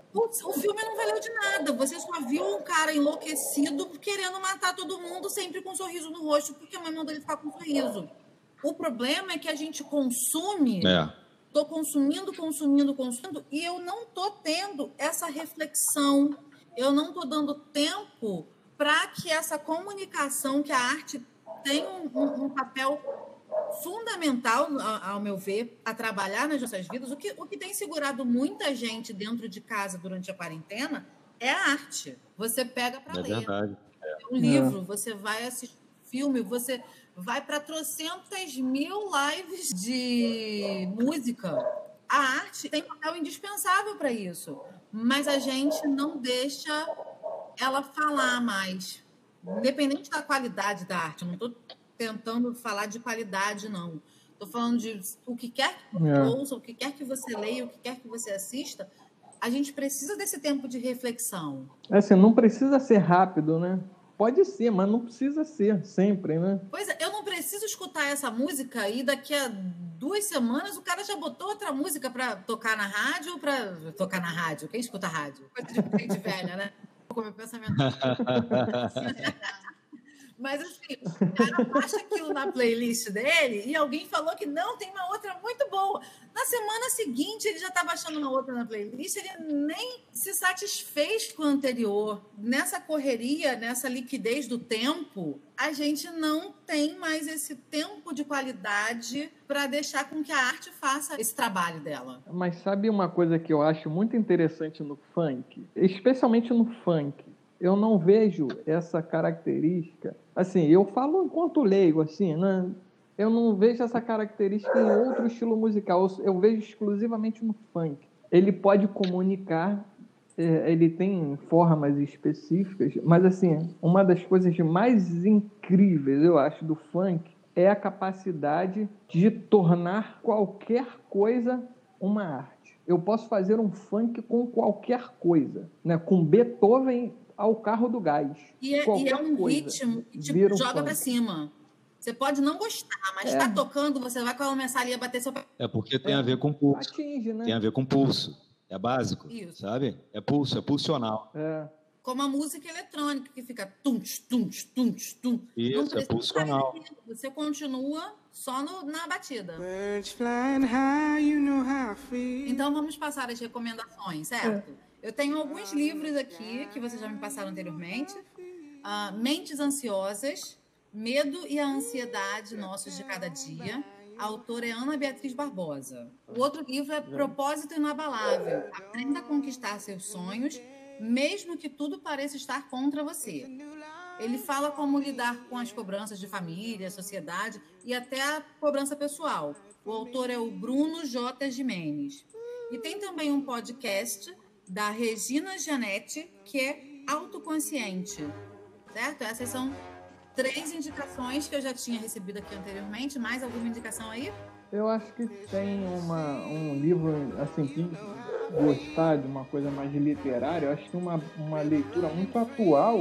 Putz, o filme não valeu de nada. Você só viu um cara enlouquecido querendo matar todo mundo, sempre com um sorriso no rosto, porque a mãe mandou ele ficar com um sorriso. O problema é que a gente consome, É. tô consumindo, consumindo, consumindo, e eu não tô tendo essa reflexão, eu não tô dando tempo para que essa comunicação, que a arte tem um, um, um papel fundamental, ao meu ver, a trabalhar nas nossas vidas. O que, o que tem segurado muita gente dentro de casa durante a quarentena é a arte. Você pega para É ler verdade. É. um livro, você vai assistir filme, você vai para trocentas mil lives de música. A arte tem um papel indispensável para isso, mas a gente não deixa ela falar mais. Independente da qualidade da arte, eu não estou tentando falar de qualidade, não. Estou falando de o que quer que você É. ouça, o que quer que você leia, o que quer que você assista, a gente precisa desse tempo de reflexão. Assim, não precisa ser rápido, né? Pode ser, mas não precisa ser sempre, né? Pois é, eu não preciso escutar essa música e daqui a duas semanas o cara já botou outra música para tocar na rádio ou para tocar na rádio. Quem escuta rádio? Coisa de gente velha, né? Com o meu pensamento. Mas assim, o cara baixa aquilo na playlist dele e alguém falou que não, tem uma outra muito boa. Na semana seguinte, ele já está baixando uma outra na playlist, ele nem se satisfez com a anterior. Nessa correria, nessa liquidez do tempo, a gente não tem mais esse tempo de qualidade para deixar com que a arte faça esse trabalho dela. Mas sabe uma coisa que eu acho muito interessante no funk? Especialmente no funk. Eu não vejo essa característica. Assim, eu falo enquanto leigo, assim, né? Eu não vejo essa característica em outro estilo musical. Eu vejo exclusivamente no funk. Ele pode comunicar, ele tem formas específicas, mas, assim, uma das coisas mais incríveis, eu acho, do funk é a capacidade de tornar qualquer coisa uma arte. Eu posso fazer um funk com qualquer coisa, né? Com Beethoven ao carro do gás. E é, e é um ritmo que te um joga para cima. Você pode não gostar, mas está É. tocando, você vai começar ali a bater seu... É porque tem a ver com pulso. Atinge, né? Tem a ver com pulso. É básico, Isso. sabe? É pulso, é pulsional. É. Como a música eletrônica, que fica tum-tch, tum-tch, tum-tch, tum. Isso, Não é precisa pulsional. ficar repetindo, você continua só no, na batida. Birds flying high, you know how I feel. Então, vamos passar as recomendações, certo? Eu tenho alguns livros aqui, que vocês já me passaram anteriormente. Ah, Mentes Ansiosas, Medo e a Ansiedade Nossos de Cada Dia. A autora é Ana Beatriz Barbosa. O outro livro é Propósito Inabalável. Aprenda a conquistar seus sonhos, mesmo que tudo pareça estar contra você. Ele fala como lidar com as cobranças de família, sociedade e até a cobrança pessoal. O autor é o Bruno J. Gimenez. E tem também um podcast da Regina Gianetti, que é Autoconsciente. Certo? Essas são três indicações que eu já tinha recebido aqui anteriormente. Mais alguma indicação aí? Eu acho que tem uma, um livro, assim, que gostar de uma coisa mais literária, eu acho que uma, uma leitura muito atual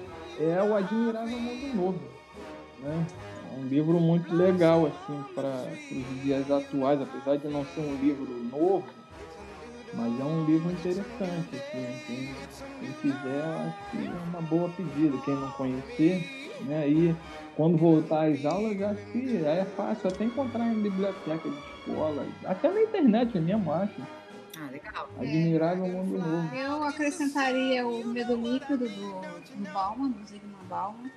é o Admirável Mundo Novo, né? É um livro muito legal, assim, para os dias atuais, apesar de não ser um livro novo, mas é um livro interessante, assim, quem, quem quiser, acho que é uma boa pedida, quem não conhecer, né, e quando voltar às aulas, acho que é fácil até encontrar em biblioteca de escola, até na internet mesmo, acho. Ah, legal. Admirável Mundo Novo. Eu acrescentaria o Medo Líquido do, do Bauman, do Zygmunt Bauman,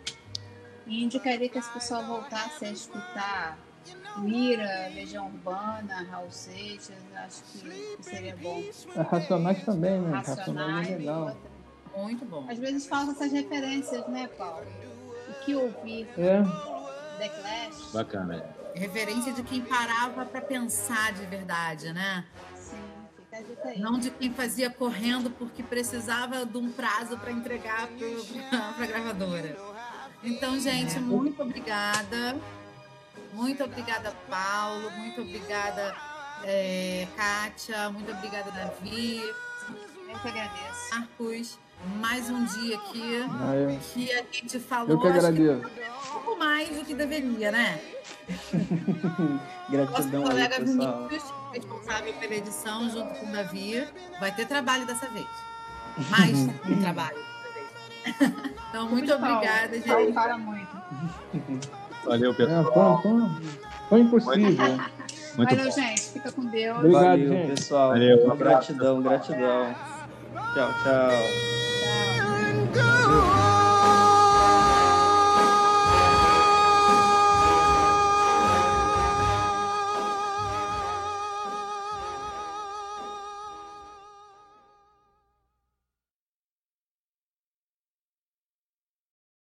e indicaria que as pessoas voltassem a escutar Mira, Legião Urbana, Raul Seixas, acho que, que seria bom. É, Racionais também, né? Racionais, Racionais é legal. outra. Muito bom. Às vezes faltam essas referências, né, Paulo? O que ouvir? É, The Clash? Bacana. Referência de quem parava para pensar de verdade, né? Sim, fica a dica aí. Não de quem fazia correndo porque precisava de um prazo para entregar para a gravadora. Então, gente, muito obrigada. Muito obrigada, Paulo. Muito obrigada, é, Kátia. Muito obrigada, Davi. Eu que agradeço. Marcos. Mais um dia aqui Ah, é. que a gente falou Eu que acho agradeço. um pouco mais do que deveria, né? Nosso Gratidão aí, colega pessoal. Vinícius responsável pela edição junto com o Davi. Vai ter trabalho dessa vez. Mais um trabalho dessa vez. Então, muito obrigada, gente. Paulo fala muito. Valeu, É, pessoal. foi, foi, foi impossível. Muito Valeu, bom. gente. Fica com Deus. Obrigado, Valeu, gente. pessoal. Valeu, um Uma abraço. gratidão, gratidão. Tchau, tchau. Tchau.